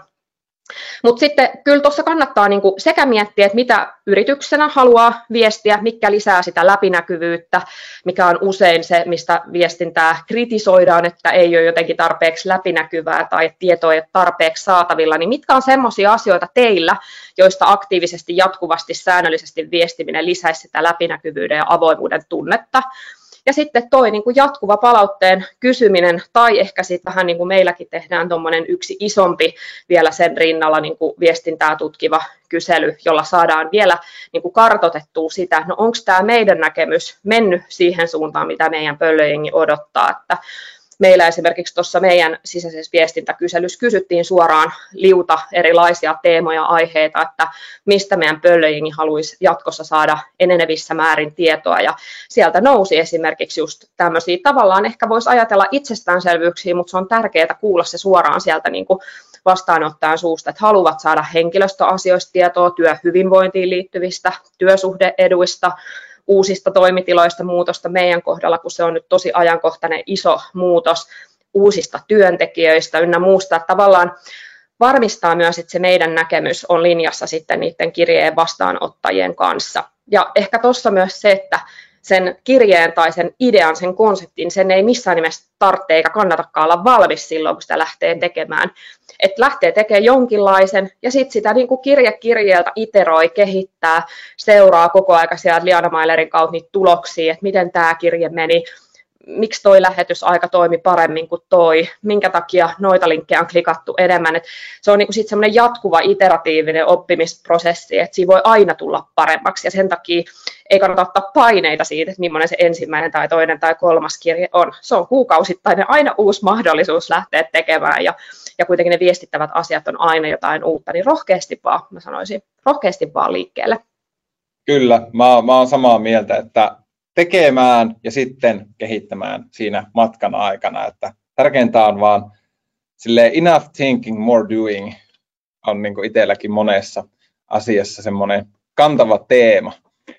Mutta sitten kyllä tuossa kannattaa niinku sekä miettiä, että mitä yrityksenä haluaa viestiä, mikä lisää sitä läpinäkyvyyttä, mikä on usein se, mistä viestintää kritisoidaan, että ei ole jotenkin tarpeeksi läpinäkyvää tai että tietoa ei ole tarpeeksi saatavilla, niin mitkä on semmoisia asioita teillä, joista aktiivisesti, jatkuvasti, säännöllisesti viestiminen lisäisi sitä läpinäkyvyyden ja avoimuuden tunnetta. Ja sitten toi niin kuin jatkuva palautteen kysyminen, tai ehkä sitten vähän niin kuin meilläkin tehdään tuommoinen yksi isompi vielä sen rinnalla niin kuin viestintää tutkiva kysely, jolla saadaan vielä niin kuin kartoitettua sitä, no onko tämä meidän näkemys mennyt siihen suuntaan, mitä meidän pöllöjengi odottaa, että meillä esimerkiksi tuossa meidän sisäisessä viestintäkyselyssä kysyttiin suoraan liuta erilaisia teemoja, aiheita, että mistä meidän pöllöjengi haluaisi jatkossa saada enenevissä määrin tietoa. Ja sieltä nousi esimerkiksi just tämmöisiä, tavallaan ehkä voisi ajatella itsestäänselvyyksiä, mutta se on tärkeää kuulla se suoraan sieltä niin kuin vastaanottajan suusta, että haluavat saada henkilöstöasioista tietoa, työhyvinvointiin liittyvistä työsuhde-eduista, uusista toimitiloista muutosta meidän kohdalla, kun se on nyt tosi ajankohtainen iso muutos uusista työntekijöistä ynnä muusta, että tavallaan varmistaa myös, että se meidän näkemys on linjassa sitten niiden kirjeen vastaanottajien kanssa. Ja ehkä tuossa myös se, että sen kirjeen tai sen idean, sen konseptin, sen ei missään nimessä tarvitse eikä kannatakaan olla valmis silloin, kun sitä lähtee tekemään. Että lähtee tekemään jonkinlaisen ja sitten sitä niin kuin kirje kirjeeltä iteroi, kehittää, seuraa koko ajan sieltä Liana Mailerin kautta niitä tuloksia, että miten tämä kirje meni, miksi toi lähetysaika toimi paremmin kuin toi, minkä takia noita linkkejä on klikattu enemmän. Et se on niinku sit semmoinen jatkuva iteratiivinen oppimisprosessi, että siinä voi aina tulla paremmaksi ja sen takia ei kannata ottaa paineita siitä, että millainen se ensimmäinen tai toinen tai kolmas kirje on. Se on kuukausittainen aina uusi mahdollisuus lähteä tekemään ja kuitenkin ne viestittävät asiat on aina jotain uutta, niin rohkeasti vaan, mä sanoisin, rohkeasti vaan liikkeelle. Kyllä, mä oon samaa mieltä, että tekemään ja sitten kehittämään siinä matkan aikana, että tärkeintä on vaan silleen enough thinking, more doing on niin kuin itselläkin monessa asiassa semmoinen kantava teema.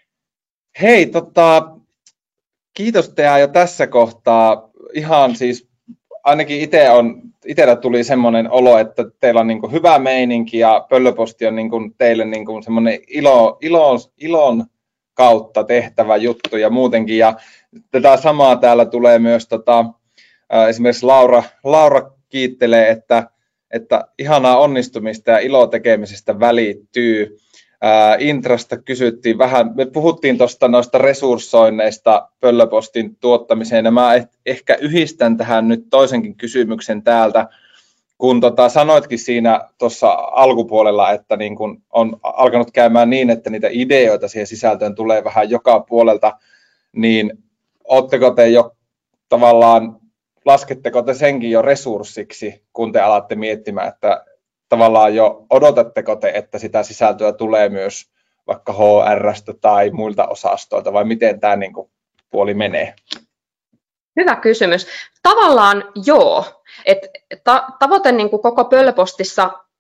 Hei, kiitos Tea jo tässä kohtaa. Ihan siis ainakin itsellä tuli semmoinen olo, että teillä on niin kuin hyvä meininki ja Pöllöposti on niin kuin teille niin kuin semmoinen ilon kautta tehtävä juttu ja muutenkin. Ja tätä samaa täällä tulee myös esimerkiksi Laura kiittelee, että ihanaa onnistumista ja ilo tekemisestä välittyy. Intrasta kysyttiin vähän, me puhuttiin noista resurssoinneista Pöllöpostin tuottamiseen ja mä ehkä yhdistän tähän nyt toisenkin kysymyksen täältä, kun sanoitkin siinä tuossa alkupuolella, että niin kun on alkanut käymään niin, että niitä ideoita siihen sisältöön tulee vähän joka puolelta, niin ootteko te jo tavallaan, lasketteko te senkin jo resurssiksi, kun te alatte miettimään, että tavallaan jo odotatteko te, että sitä sisältöä tulee myös vaikka HR:stä tai muilta osastoilta, vai miten tämä niin kuin puoli menee? Hyvä kysymys. Tavallaan joo. Tavoite niin kuin koko Pöllöpostissa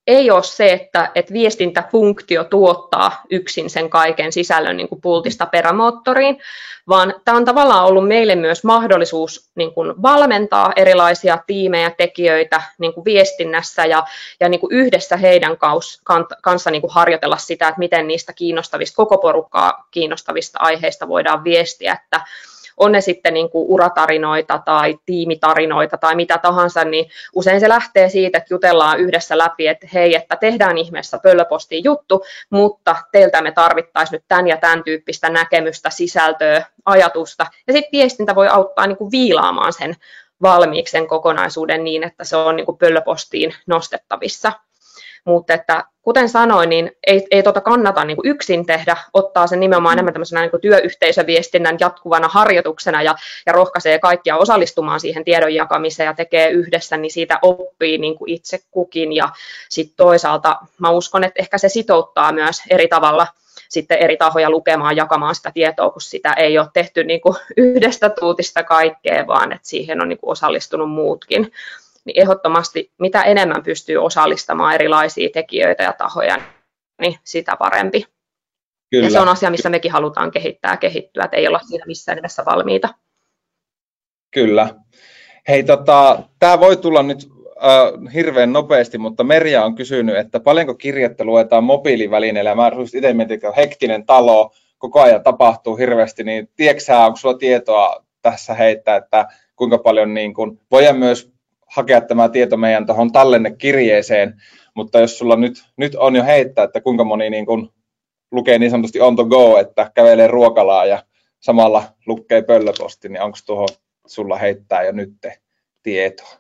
ei ole se, että viestintäfunktio tuottaa yksin sen kaiken sisällön niin kuin pultista perämoottoriin, vaan tämä on tavallaan ollut meille myös mahdollisuus niin kuin valmentaa erilaisia tiimejä, tekijöitä niin kuin viestinnässä ja niin kuin yhdessä heidän kanssa niin kuin harjoitella sitä, että miten niistä kiinnostavista, koko porukkaa kiinnostavista aiheista voidaan viestiä, että on ne sitten niin kuin uratarinoita tai tiimitarinoita tai mitä tahansa, niin usein se lähtee siitä, että jutellaan yhdessä läpi, että hei, että tehdään ihmeessä Pöllöpostiin juttu, mutta teiltä me tarvittaisiin nyt tämän ja tämän tyyppistä näkemystä, sisältöä, ajatusta. Ja sitten viestintä voi auttaa niin kuin viilaamaan sen valmiiksi sen kokonaisuuden niin, että se on niin kuin Pöllöpostiin nostettavissa. Mutta että, kuten sanoin, niin ei kannata niin kuin yksin tehdä, ottaa sen nimenomaan enemmän tämmöisenä niin kuin työyhteisöviestinnän jatkuvana harjoituksena ja rohkaisee kaikkia osallistumaan siihen tiedon jakamiseen ja tekee yhdessä, niin siitä oppii niin kuin itse kukin. Ja sitten toisaalta mä uskon, että ehkä se sitouttaa myös eri tavalla sitten eri tahoja lukemaan, jakamaan sitä tietoa, kun sitä ei ole tehty niin kuin yhdestä tuutista kaikkea, vaan että siihen on niin kuin osallistunut muutkin. Niin ehdottomasti mitä enemmän pystyy osallistamaan erilaisia tekijöitä ja tahoja, niin sitä parempi. Kyllä. Ja se on asia, missä mekin halutaan kehittää ja kehittyä, että ei olla siinä missään nimessä valmiita. Kyllä. Hei, tämä voi tulla nyt hirveän nopeasti, mutta Merja on kysynyt, että paljonko kirjettä luetaan mobiilivälineillä. Mä itse mietin, että on hektinen talo, koko ajan tapahtuu hirveästi, niin tiedätkö sä, onko sulla tietoa tässä heittää, että kuinka paljon niin kun, voidaan myös hakea tämä tieto meidän tuohon tallennekirjeeseen, mutta jos sulla nyt on jo heittää, että kuinka moni niin kun lukee niin sanotusti on the go, että kävelee ruokalaa ja samalla lukee Pöllöposti, niin onko tuohon sulla heittää jo nyt tietoa?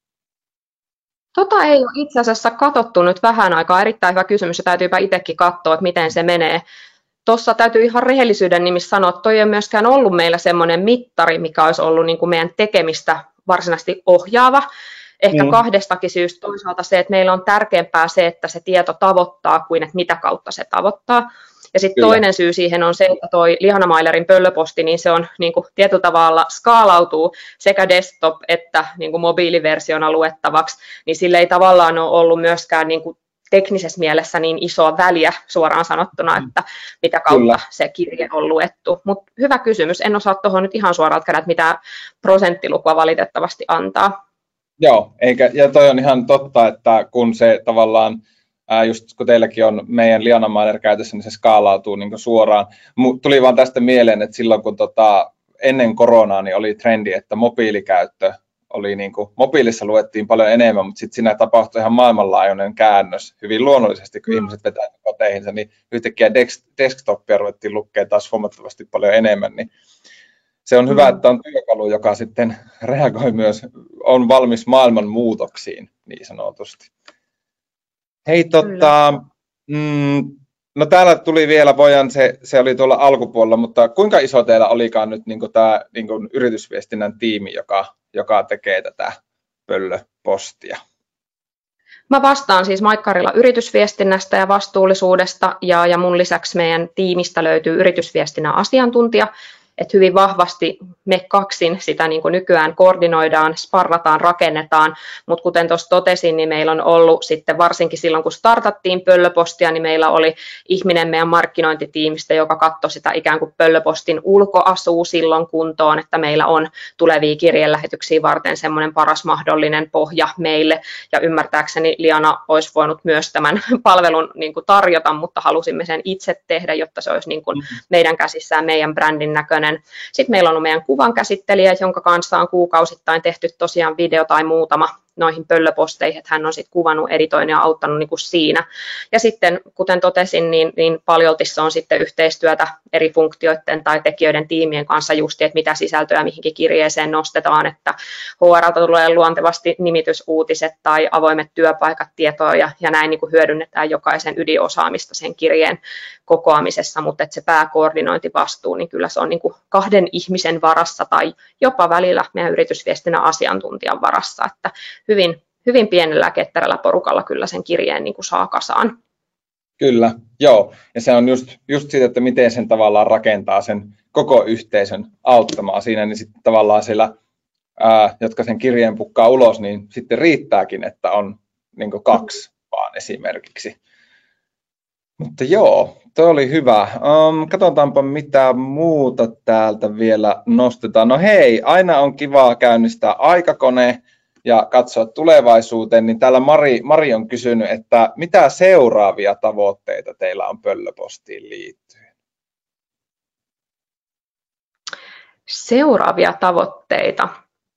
Ei ole itse asiassa katsottu nyt vähän aikaa. Erittäin hyvä kysymys ja täytyypä itsekin katsoa, että miten se menee. Tuossa täytyy ihan rehellisyyden nimissä sanoa, että toi ei ole myöskään ollut meillä semmoinen mittari, mikä olisi ollut niin kuin meidän tekemistä varsinaisesti ohjaava. Ehkä kahdestakin syystä. Toisaalta se, että meillä on tärkeämpää se, että se tieto tavoittaa, kuin että mitä kautta se tavoittaa. Ja sitten toinen syy siihen on se, että toi Lihanamailerin Pöllöposti, niin se on niin kuin tietyllä tavalla skaalautuu sekä desktop- että niin kuin mobiiliversiona luettavaksi, niin sillä ei tavallaan ole ollut myöskään niin kuin teknisessä mielessä niin isoa väliä suoraan sanottuna, että mitä kautta se kirje on luettu. Mutta hyvä kysymys. En osaa tuohon nyt ihan suoraan käydä, että mitä prosenttilukua valitettavasti antaa. Joo, ja toi on ihan totta, että kun se tavallaan, just kun teilläkin on meidän Lihanamailer käytössä, niin se skaalautuu niin suoraan. Tuli vaan tästä mieleen, että silloin kun ennen koronaa niin oli trendi, että mobiilikäyttö oli niin kuin, mobiilissa luettiin paljon enemmän, mutta sitten siinä tapahtui ihan maailmanlaajuinen käännös hyvin luonnollisesti, kun ihmiset vetää koteihinsa, niin yhtäkkiä desktopia ruvettiin lukea taas huomattavasti paljon enemmän. Niin se on hyvä, että on työkalu, joka sitten reagoi myös, on valmis maailman muutoksiin niin sanotusti. Hei, no täällä tuli vielä, se oli tuolla alkupuolella, mutta kuinka iso teillä olikaan nyt niin tämä niin yritysviestinnän tiimi, joka tekee tätä Pöllöpostia? Mä vastaan siis Maikkarilla yritysviestinnästä ja vastuullisuudesta ja mun lisäksi meidän tiimistä löytyy yritysviestinnän asiantuntija. Että hyvin vahvasti me kaksin sitä niin kuin nykyään koordinoidaan, sparrataan, rakennetaan, mutta kuten tuossa totesin, niin meillä on ollut sitten varsinkin silloin, kun startattiin Pöllöpostia, niin meillä oli ihminen meidän markkinointitiimistä, joka katsoi sitä ikään kuin Pöllöpostin ulkoasua silloin kuntoon, että meillä on tulevia kirjelähetyksiä varten semmoinen paras mahdollinen pohja meille, ja ymmärtääkseni Liana olisi voinut myös tämän palvelun niin kuin tarjota, mutta halusimme sen itse tehdä, jotta se olisi niin kuin meidän käsissään, meidän brändin näköinen. Sitten meillä on meidän kuvankäsittelijä, jonka kanssa on kuukausittain tehty tosiaan video tai muutama noihin Pöllöposteihin, että hän on sitten kuvannut, editoinut ja auttanut niin kuin siinä. Ja sitten, kuten totesin, niin paljolti se on sitten yhteistyötä eri funktioiden tai tekijöiden tiimien kanssa justi, että mitä sisältöä mihinkin kirjeeseen nostetaan, että HR:lta tulee luontevasti nimitysuutiset tai avoimet työpaikat, tietoja ja näin niin kuin hyödynnetään jokaisen ydinosaamista sen kirjeen kokoamisessa, mutta että se pääkoordinointivastuu, niin kyllä se on niin kuin 2 ihmisen varassa tai jopa välillä meidän yritysviestinnän asiantuntijan varassa, että hyvin pienellä ketterällä porukalla kyllä sen kirjeen niin kuin saa kasaan. Kyllä, joo. Ja se on just siitä, että miten sen tavallaan rakentaa sen koko yhteisön auttamaan siinä, niin sitten tavallaan siellä, jotka sen kirjeen pukkaa ulos, niin sitten riittääkin, että on niin kuin 2 kauppaan esimerkiksi. Mutta joo, toi oli hyvä. Katsotaanpa mitä muuta täältä vielä nostetaan. No hei, aina on kiva käynnistää aikakone ja katsoa tulevaisuuteen. Niin täällä Mari on kysynyt, että mitä seuraavia tavoitteita teillä on Pöllöpostiin liittyen? Seuraavia tavoitteita.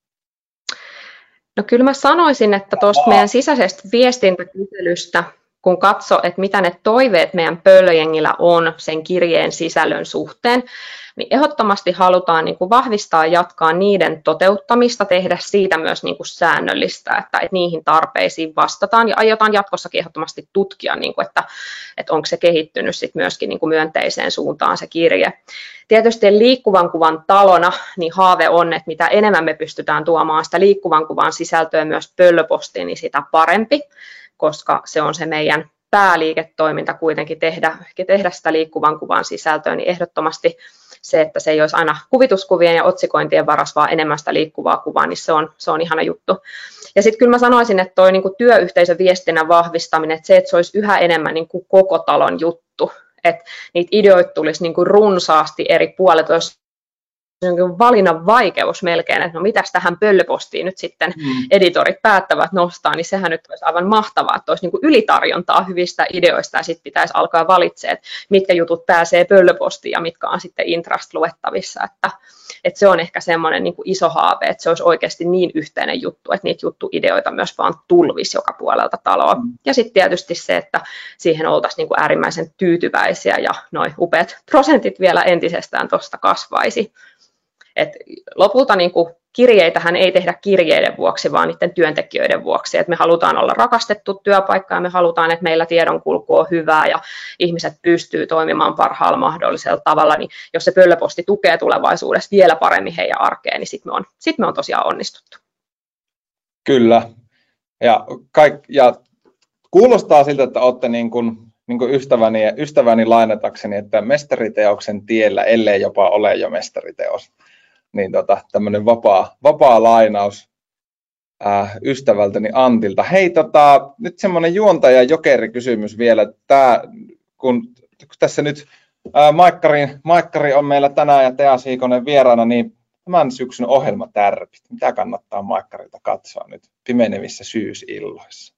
No kyllä mä sanoisin, että tuosta meidän sisäisestä viestintäkyselystä, kun katsoo, että mitä ne toiveet meidän Pöllöjengillä on sen kirjeen sisällön suhteen, niin ehdottomasti halutaan niin kuin vahvistaa ja jatkaa niiden toteuttamista, tehdä siitä myös niin kuin säännöllistä, että niihin tarpeisiin vastataan ja aiotaan jatkossakin ehdottomasti tutkia, niin kuin, että onko se kehittynyt sit myöskin niin kuin myönteiseen suuntaan se kirje. Tietysti liikkuvan kuvan talona niin haave on, että mitä enemmän me pystytään tuomaan sitä liikkuvan kuvan sisältöä myös Pöllöpostiin, niin sitä parempi, koska se on se meidän pääliiketoiminta kuitenkin tehdä sitä liikkuvan kuvan sisältöä, niin ehdottomasti se, että se ei olisi aina kuvituskuvien ja otsikointien varas, vaan enemmän sitä liikkuvaa kuvaa, niin se on ihana juttu. Ja sitten kyllä mä sanoisin, että toi niinku työyhteisöviestinnän vahvistaminen, että se olisi yhä enemmän niinku koko talon juttu, että niitä ideoita tulisi niinku runsaasti eri puolilta, olisi valinnan vaikeus melkein, että no mitäs tähän Pöllöpostiin nyt sitten editorit päättävät nostaa, niin sehän nyt olisi aivan mahtavaa, että olisi niin kuin ylitarjontaa hyvistä ideoista ja sitten pitäisi alkaa valitsemaan, että mitkä jutut pääsee Pöllöpostiin ja mitkä on sitten Intrasta luettavissa, että se on ehkä semmoinen niin kuin iso haave, että se olisi oikeasti niin yhteinen juttu, että niitä juttuideoita myös vaan tulvisi joka puolelta taloa. Ja sitten tietysti se, että siihen oltaisiin niin kuin äärimmäisen tyytyväisiä ja noi upeat prosentit vielä entisestään tuosta kasvaisi. Et lopulta niin kuin kirjeitähän ei tehdä kirjeiden vuoksi, vaan niiden työntekijöiden vuoksi. Et me halutaan olla rakastettu työpaikka ja me halutaan, että meillä tiedonkulku on hyvää ja ihmiset pystyy toimimaan parhaalla mahdollisella tavalla. Niin jos se Pöllöposti tukee tulevaisuudessa vielä paremmin heidän arkeen, niin sitten me on tosiaan onnistuttu. Kyllä. Ja kuulostaa siltä, että olette niin kuin ystäväni lainatakseni, että mestariteoksen tiellä, ellei jopa ole jo mestariteos. Niin tämmöinen vapaa lainaus ystävältäni Antilta. Hei, nyt semmoinen juontaja jokerikysymys vielä. Kun tässä nyt Maikkari on meillä tänään ja Tea Siikonen vieraana, niin tämän syksyn ohjelmatärpit. Mitä kannattaa Maikkarilta katsoa nyt pimenevissä syysilloissa?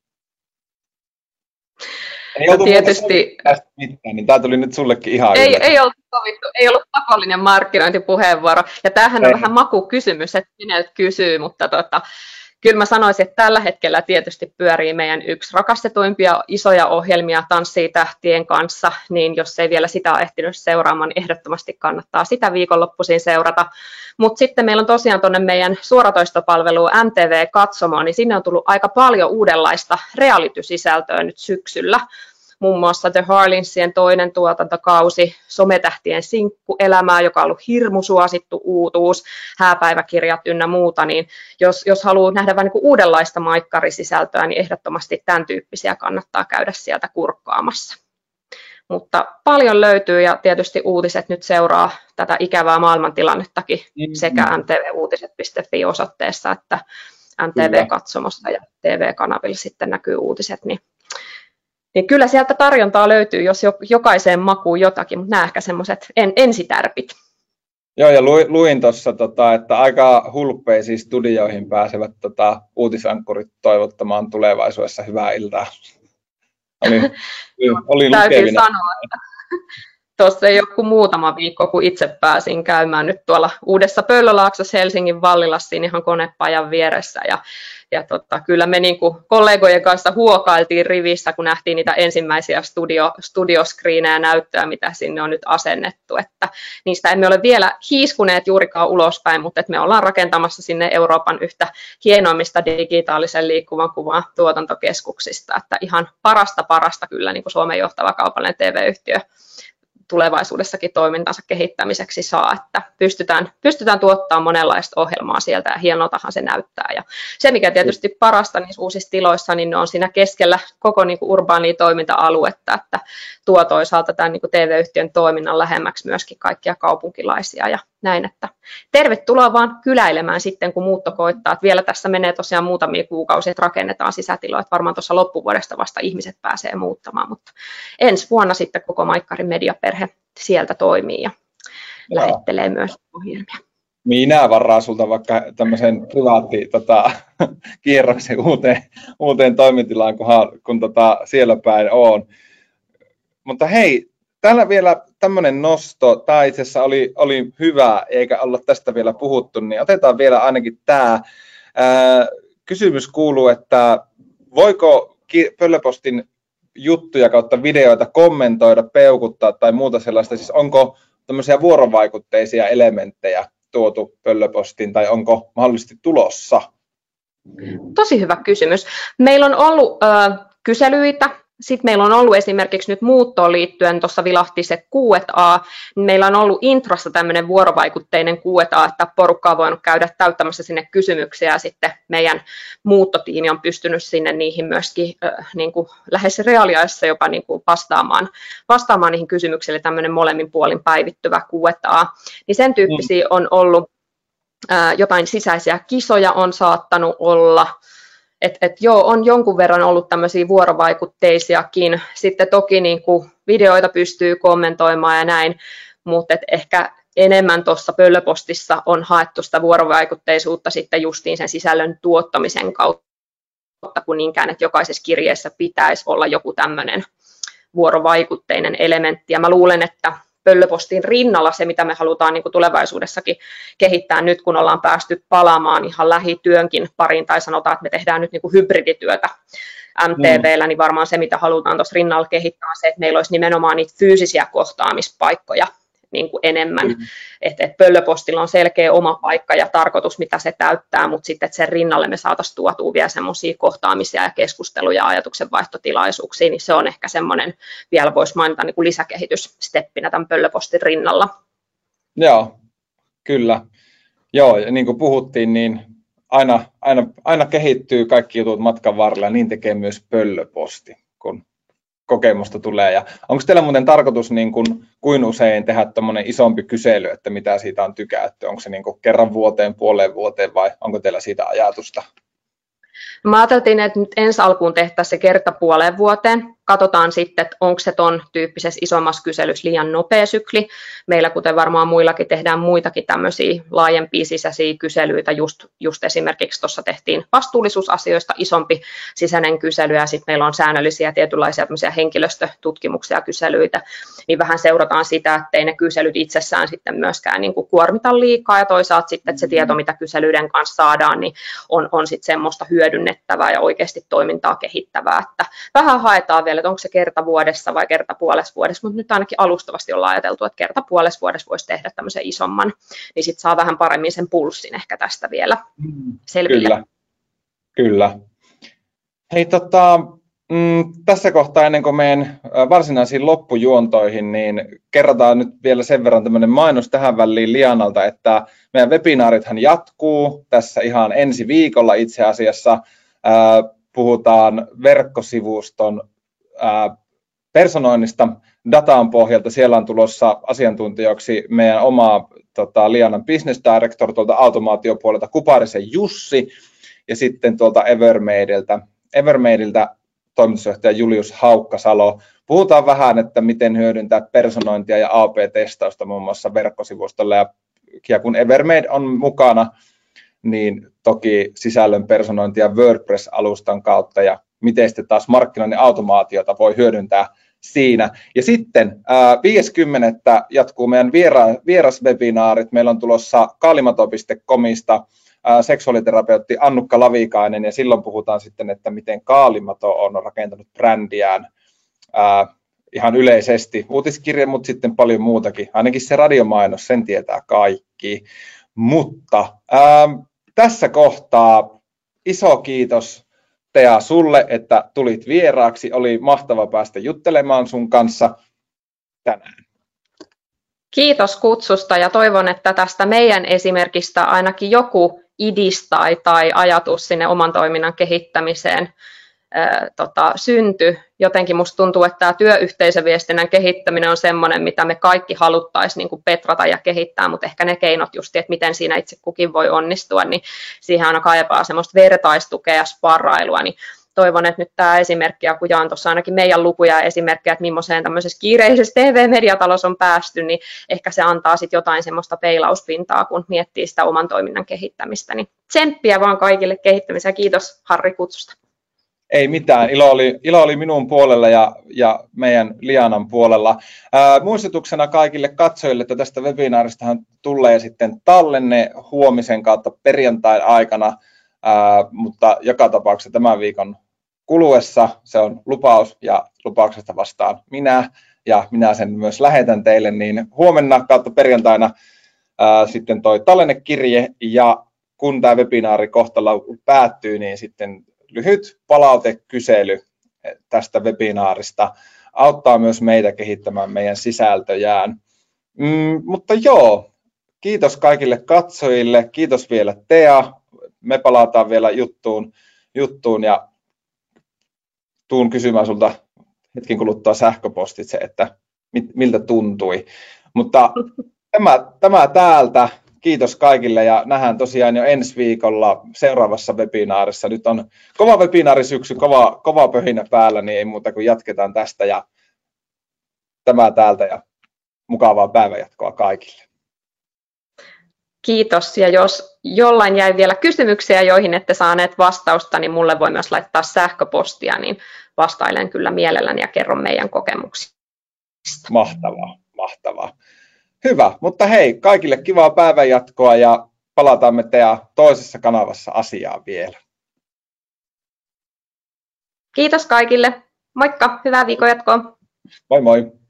No tietysti mitään, niin tämä tuli nyt sullekin ihan ei ollut pakollinen markkinointipuheenvuoro. Ja tämähän on vähän makukysymys, että keneltä kysyy, mutta kyllä mä sanoisin, että tällä hetkellä tietysti pyörii meidän yksi rakastetuimpia isoja ohjelmia Tanssii tähtien kanssa, niin jos ei vielä sitä ole ehtinyt seuraamaan, niin ehdottomasti kannattaa sitä viikonloppuisin seurata. Mutta sitten meillä on tosiaan tuonne meidän suoratoistopalveluun MTV Katsomoon, niin sinne on tullut aika paljon uudenlaista reality-sisältöä nyt syksyllä. Muun muassa The Harlinsien toinen tuotantokausi, Sometähtien sinkkuelämää, joka on ollut hirmu suosittu uutuus, hääpäiväkirjat ynnä muuta, niin jos haluaa nähdä vähän niin kuin uudenlaista maikkarisisältöä, niin ehdottomasti tämän tyyppisiä kannattaa käydä sieltä kurkkaamassa. Mutta paljon löytyy ja tietysti uutiset nyt seuraa tätä ikävää maailmantilannettakin sekä mtvuutiset.fi osoitteessa että MTV-katsomossa ja TV-kanavilla sitten näkyy uutiset, niin kyllä sieltä tarjontaa löytyy, jos jokaiseen makuun jotakin, mutta nämä ehkä semmoiset ensitärpit. Joo, ja luin tuossa, että aika hulppeisiin studioihin pääsevät uutisankkurit toivottamaan tulevaisuudessa hyvää iltaa. Oli täytyy sanoa, että tuossa ei ole kuin muutama viikko, kun itse pääsin käymään nyt tuolla Uudessa Pöllölaaksossa Helsingin Vallilassa ihan konepajan vieressä. Ja kyllä me niin kuin kollegojen kanssa huokailtiin rivissä, kun nähtiin niitä ensimmäisiä studioskriinejä näyttöä, mitä sinne on nyt asennettu. Että niistä emme ole vielä hiiskuneet juurikaan ulospäin, mutta että me ollaan rakentamassa sinne Euroopan yhtä hienoimmista digitaalisen liikkuvan kuvan tuotantokeskuksista. Että ihan parasta kyllä niin kuin Suomen johtava kaupallinen TV-yhtiö tulevaisuudessakin toimintansa kehittämiseksi saa, että pystytään tuottamaan monenlaista ohjelmaa sieltä ja hienoltahan se näyttää. Ja se, mikä tietysti parasta niissä uusissa tiloissa, niin ne on siinä keskellä koko niin kuin urbaania toiminta-aluetta, että tuo toisaalta tämän niin kuin TV-yhtiön toiminnan lähemmäksi myöskin kaikkia kaupunkilaisia ja näin, että tervetuloa vaan kyläilemään sitten, kun muutto koittaa. Että vielä tässä menee tosiaan muutamia kuukausia, että rakennetaan sisätiloja. Että varmaan tuossa loppuvuodesta vasta ihmiset pääsee muuttamaan, mutta ensi vuonna sitten koko Maikkarin mediaperhe sieltä toimii ja lähettelee myös ohjelmia. Minä varaan sulta vaikka tämmöisen kierroksen uuteen toimitilaan, kun siellä päin on. Mutta hei, täällä vielä tämmöinen nosto, tämä itse asiassa oli hyvä, eikä olla tästä vielä puhuttu, niin otetaan vielä ainakin tämä. Kysymys kuuluu, että voiko Pöllöpostin juttuja kautta videoita kommentoida, peukuttaa tai muuta sellaista, siis onko tämmöisiä vuorovaikutteisia elementtejä tuotu Pöllöpostiin tai onko mahdollisesti tulossa? Tosi hyvä kysymys. Meillä on ollut kyselyitä. Sitten meillä on ollut esimerkiksi nyt muuttoon liittyen, tuossa vilahti se Q&A, niin meillä on ollut introssa tämmöinen vuorovaikutteinen Q&A, että porukka on voinut käydä täyttämässä sinne kysymyksiä ja sitten meidän muuttotiimi on pystynyt sinne niihin myöskin niin kuin lähes reaaliajassa jopa niin kuin vastaamaan niihin kysymyksiin, eli tämmöinen molemmin puolin päivittyvä Q&A. Niin sen tyyppisiä on ollut, jotain sisäisiä kisoja on saattanut olla. Joo, on jonkun verran ollut tämmöisiä vuorovaikutteisiakin. Sitten toki niin kuin videoita pystyy kommentoimaan ja näin, mutta ehkä enemmän tuossa Pöllöpostissa on haettu sitä vuorovaikutteisuutta sitten justiin sen sisällön tuottamisen kautta, kun niinkään, että jokaisessa kirjeessä pitäisi olla joku tämmöinen vuorovaikutteinen elementti. Ja mä luulen, että Pöllöpostin rinnalla se, mitä me halutaan niin kuin tulevaisuudessakin kehittää nyt, kun ollaan päästy palaamaan ihan lähityönkin pariin, tai sanotaan, että me tehdään nyt niin kuin hybridityötä MTV:llä, niin varmaan se, mitä halutaan tuossa rinnalla kehittää, on se, että meillä olisi nimenomaan niitä fyysisiä kohtaamispaikkoja niin kuin enemmän. Että Pöllöpostilla on selkeä oma paikka ja tarkoitus, mitä se täyttää, mutta sitten että sen rinnalle me saataisiin tuotua vielä semmoisia kohtaamisia ja keskusteluja ja ajatuksenvaihtotilaisuuksia, niin se on ehkä semmoinen, vielä voisi mainita niin kuin lisäkehityssteppinä tämän Pöllöpostin rinnalla. Joo, kyllä. Joo, ja niin kuin puhuttiin, niin aina kehittyy kaikki jutut matkan varrella, ja niin tekee myös Pöllöposti, kun kokemusta tulee. Ja onko teillä muuten tarkoitus niin kuin usein tehdä tämmöinen isompi kysely, että mitä siitä on tykätty? Onko se niin kuin kerran vuoteen, puoleen vuoteen vai onko teillä siitä ajatusta? Mä ajateltiin, että nyt ensi alkuun tehtäisiin se kerta puoleen vuoteen. Katsotaan sitten, että onko se ton tyyppisessä isommassa kyselyssä liian nopea sykli. Meillä, kuten varmaan muillakin, tehdään muitakin tämmöisiä laajempia sisäisiä kyselyitä. Just esimerkiksi tuossa tehtiin vastuullisuusasioista isompi sisäinen kysely, ja sitten meillä on säännöllisiä tietynlaisia henkilöstötutkimuksia ja kyselyitä. Niin vähän seurataan sitä, ettei ne kyselyt itsessään sitten myöskään niin kuin kuormita liikaa, ja toisaalta sitten, että se tieto, mitä kyselyiden kanssa saadaan, niin on sitten semmoista hyödynnettävää ja oikeasti toimintaa kehittävää. Että vähän haetaan vielä, että onko se kerta vuodessa vai kerta puolessa vuodessa, mutta nyt ainakin alustavasti ollaan ajateltu, että kerta puolessa vuodessa voisi tehdä tämmöisen isomman, niin sitten saa vähän paremmin sen pulssin ehkä tästä vielä selville. Kyllä. Hei, tässä kohtaa ennen kuin menen varsinaisiin loppujuontoihin, niin kerrotaan nyt vielä sen verran tämmöinen mainos tähän väliin Lianalta, että meidän webinaarithan jatkuu tässä ihan ensi viikolla itse asiassa. Puhutaan verkkosivuston personoinnista datan pohjalta. Siellä on tulossa asiantuntijoiksi meidän oma Lianan business director tuolta automaatiopuolelta Kuparisen Jussi ja sitten tuolta Evermadeiltä toimitusjohtaja Julius Haukkasalo. Puhutaan vähän, että miten hyödyntää personointia ja AP-testausta muun muassa verkkosivustolla ja kun Evermade on mukana, niin toki sisällön personointia WordPress-alustan kautta ja miten sitten taas markkinoinnin automaatiota voi hyödyntää siinä. Ja sitten 5.10. jatkuu meidän vieraswebinaarit. Meillä on tulossa kaalimato.comista seksuaaliterapeutti Annukka Lavikainen ja silloin puhutaan sitten, että miten Kaalimato on rakentanut brändiään ihan yleisesti. Uutiskirja, mutta sitten paljon muutakin. Ainakin se radiomainos, sen tietää kaikki. Mutta tässä kohtaa iso kiitos Tea sulle, että tulit vieraaksi. Oli mahtava päästä juttelemaan sun kanssa tänään. Kiitos kutsusta ja toivon, että tästä meidän esimerkistä ainakin joku idis tai ajatus sinne oman toiminnan kehittämiseen syntyi. Jotenkin musta tuntuu, että tämä työyhteisöviestinnän kehittäminen on semmoinen, mitä me kaikki haluttaisiin niin kuin petrata ja kehittää, mutta ehkä ne keinot just, että miten siinä itse kukin voi onnistua, niin siihen aina kaipaa semmoista vertaistukea ja sparrailua, niin toivon, että nyt tämä esimerkki, ja kun jaan tuossa ainakin meidän lukuja ja esimerkkejä, että millaiseen tämmöisessä kiireisessä TV-mediatalossa on päästy, niin ehkä se antaa sitten jotain semmoista peilauspintaa, kun miettii sitä oman toiminnan kehittämistä. Niin tsemppiä vaan kaikille kehittämiseen ja kiitos Harri kutsusta. Ei mitään, ilo oli minun puolella ja meidän Lianan puolella. Muistutuksena kaikille katsojille, että tästä webinaaristahan tulee sitten tallenne huomisen kautta perjantain aikana, mutta joka tapauksessa tämän viikon kuluessa se on lupaus ja lupauksesta vastaan minä ja minä sen myös lähetän teille, niin huomenna kautta perjantaina sitten toi tallennekirje ja kun tämä webinaari kohtalla päättyy, niin sitten lyhyt palautekysely tästä webinaarista auttaa myös meitä kehittämään meidän sisältöjään. Mutta joo, kiitos kaikille katsojille, kiitos vielä Tea. Me palataan vielä juttuun ja tuun kysymään sulta hetken kuluttua sähköpostitse, että miltä tuntui. Mutta tämä täältä. Kiitos kaikille ja nähdään tosiaan jo ensi viikolla seuraavassa webinaarissa. Nyt on kova webinaarisyksy, kova pöhinä päällä, niin ei muuta kuin jatketaan tästä ja tämä täältä ja mukavaa päivänjatkoa kaikille. Kiitos ja jos jollain jäi vielä kysymyksiä, joihin ette saaneet vastausta, niin mulle voi myös laittaa sähköpostia, niin vastailen kyllä mielelläni ja kerron meidän kokemuksista. Mahtavaa. Hyvä, mutta hei, kaikille kivaa päivänjatkoa ja palataan me Tea toisessa kanavassa asiaan vielä. Kiitos kaikille. Moikka, hyvää viikonjatkoa. Moi moi.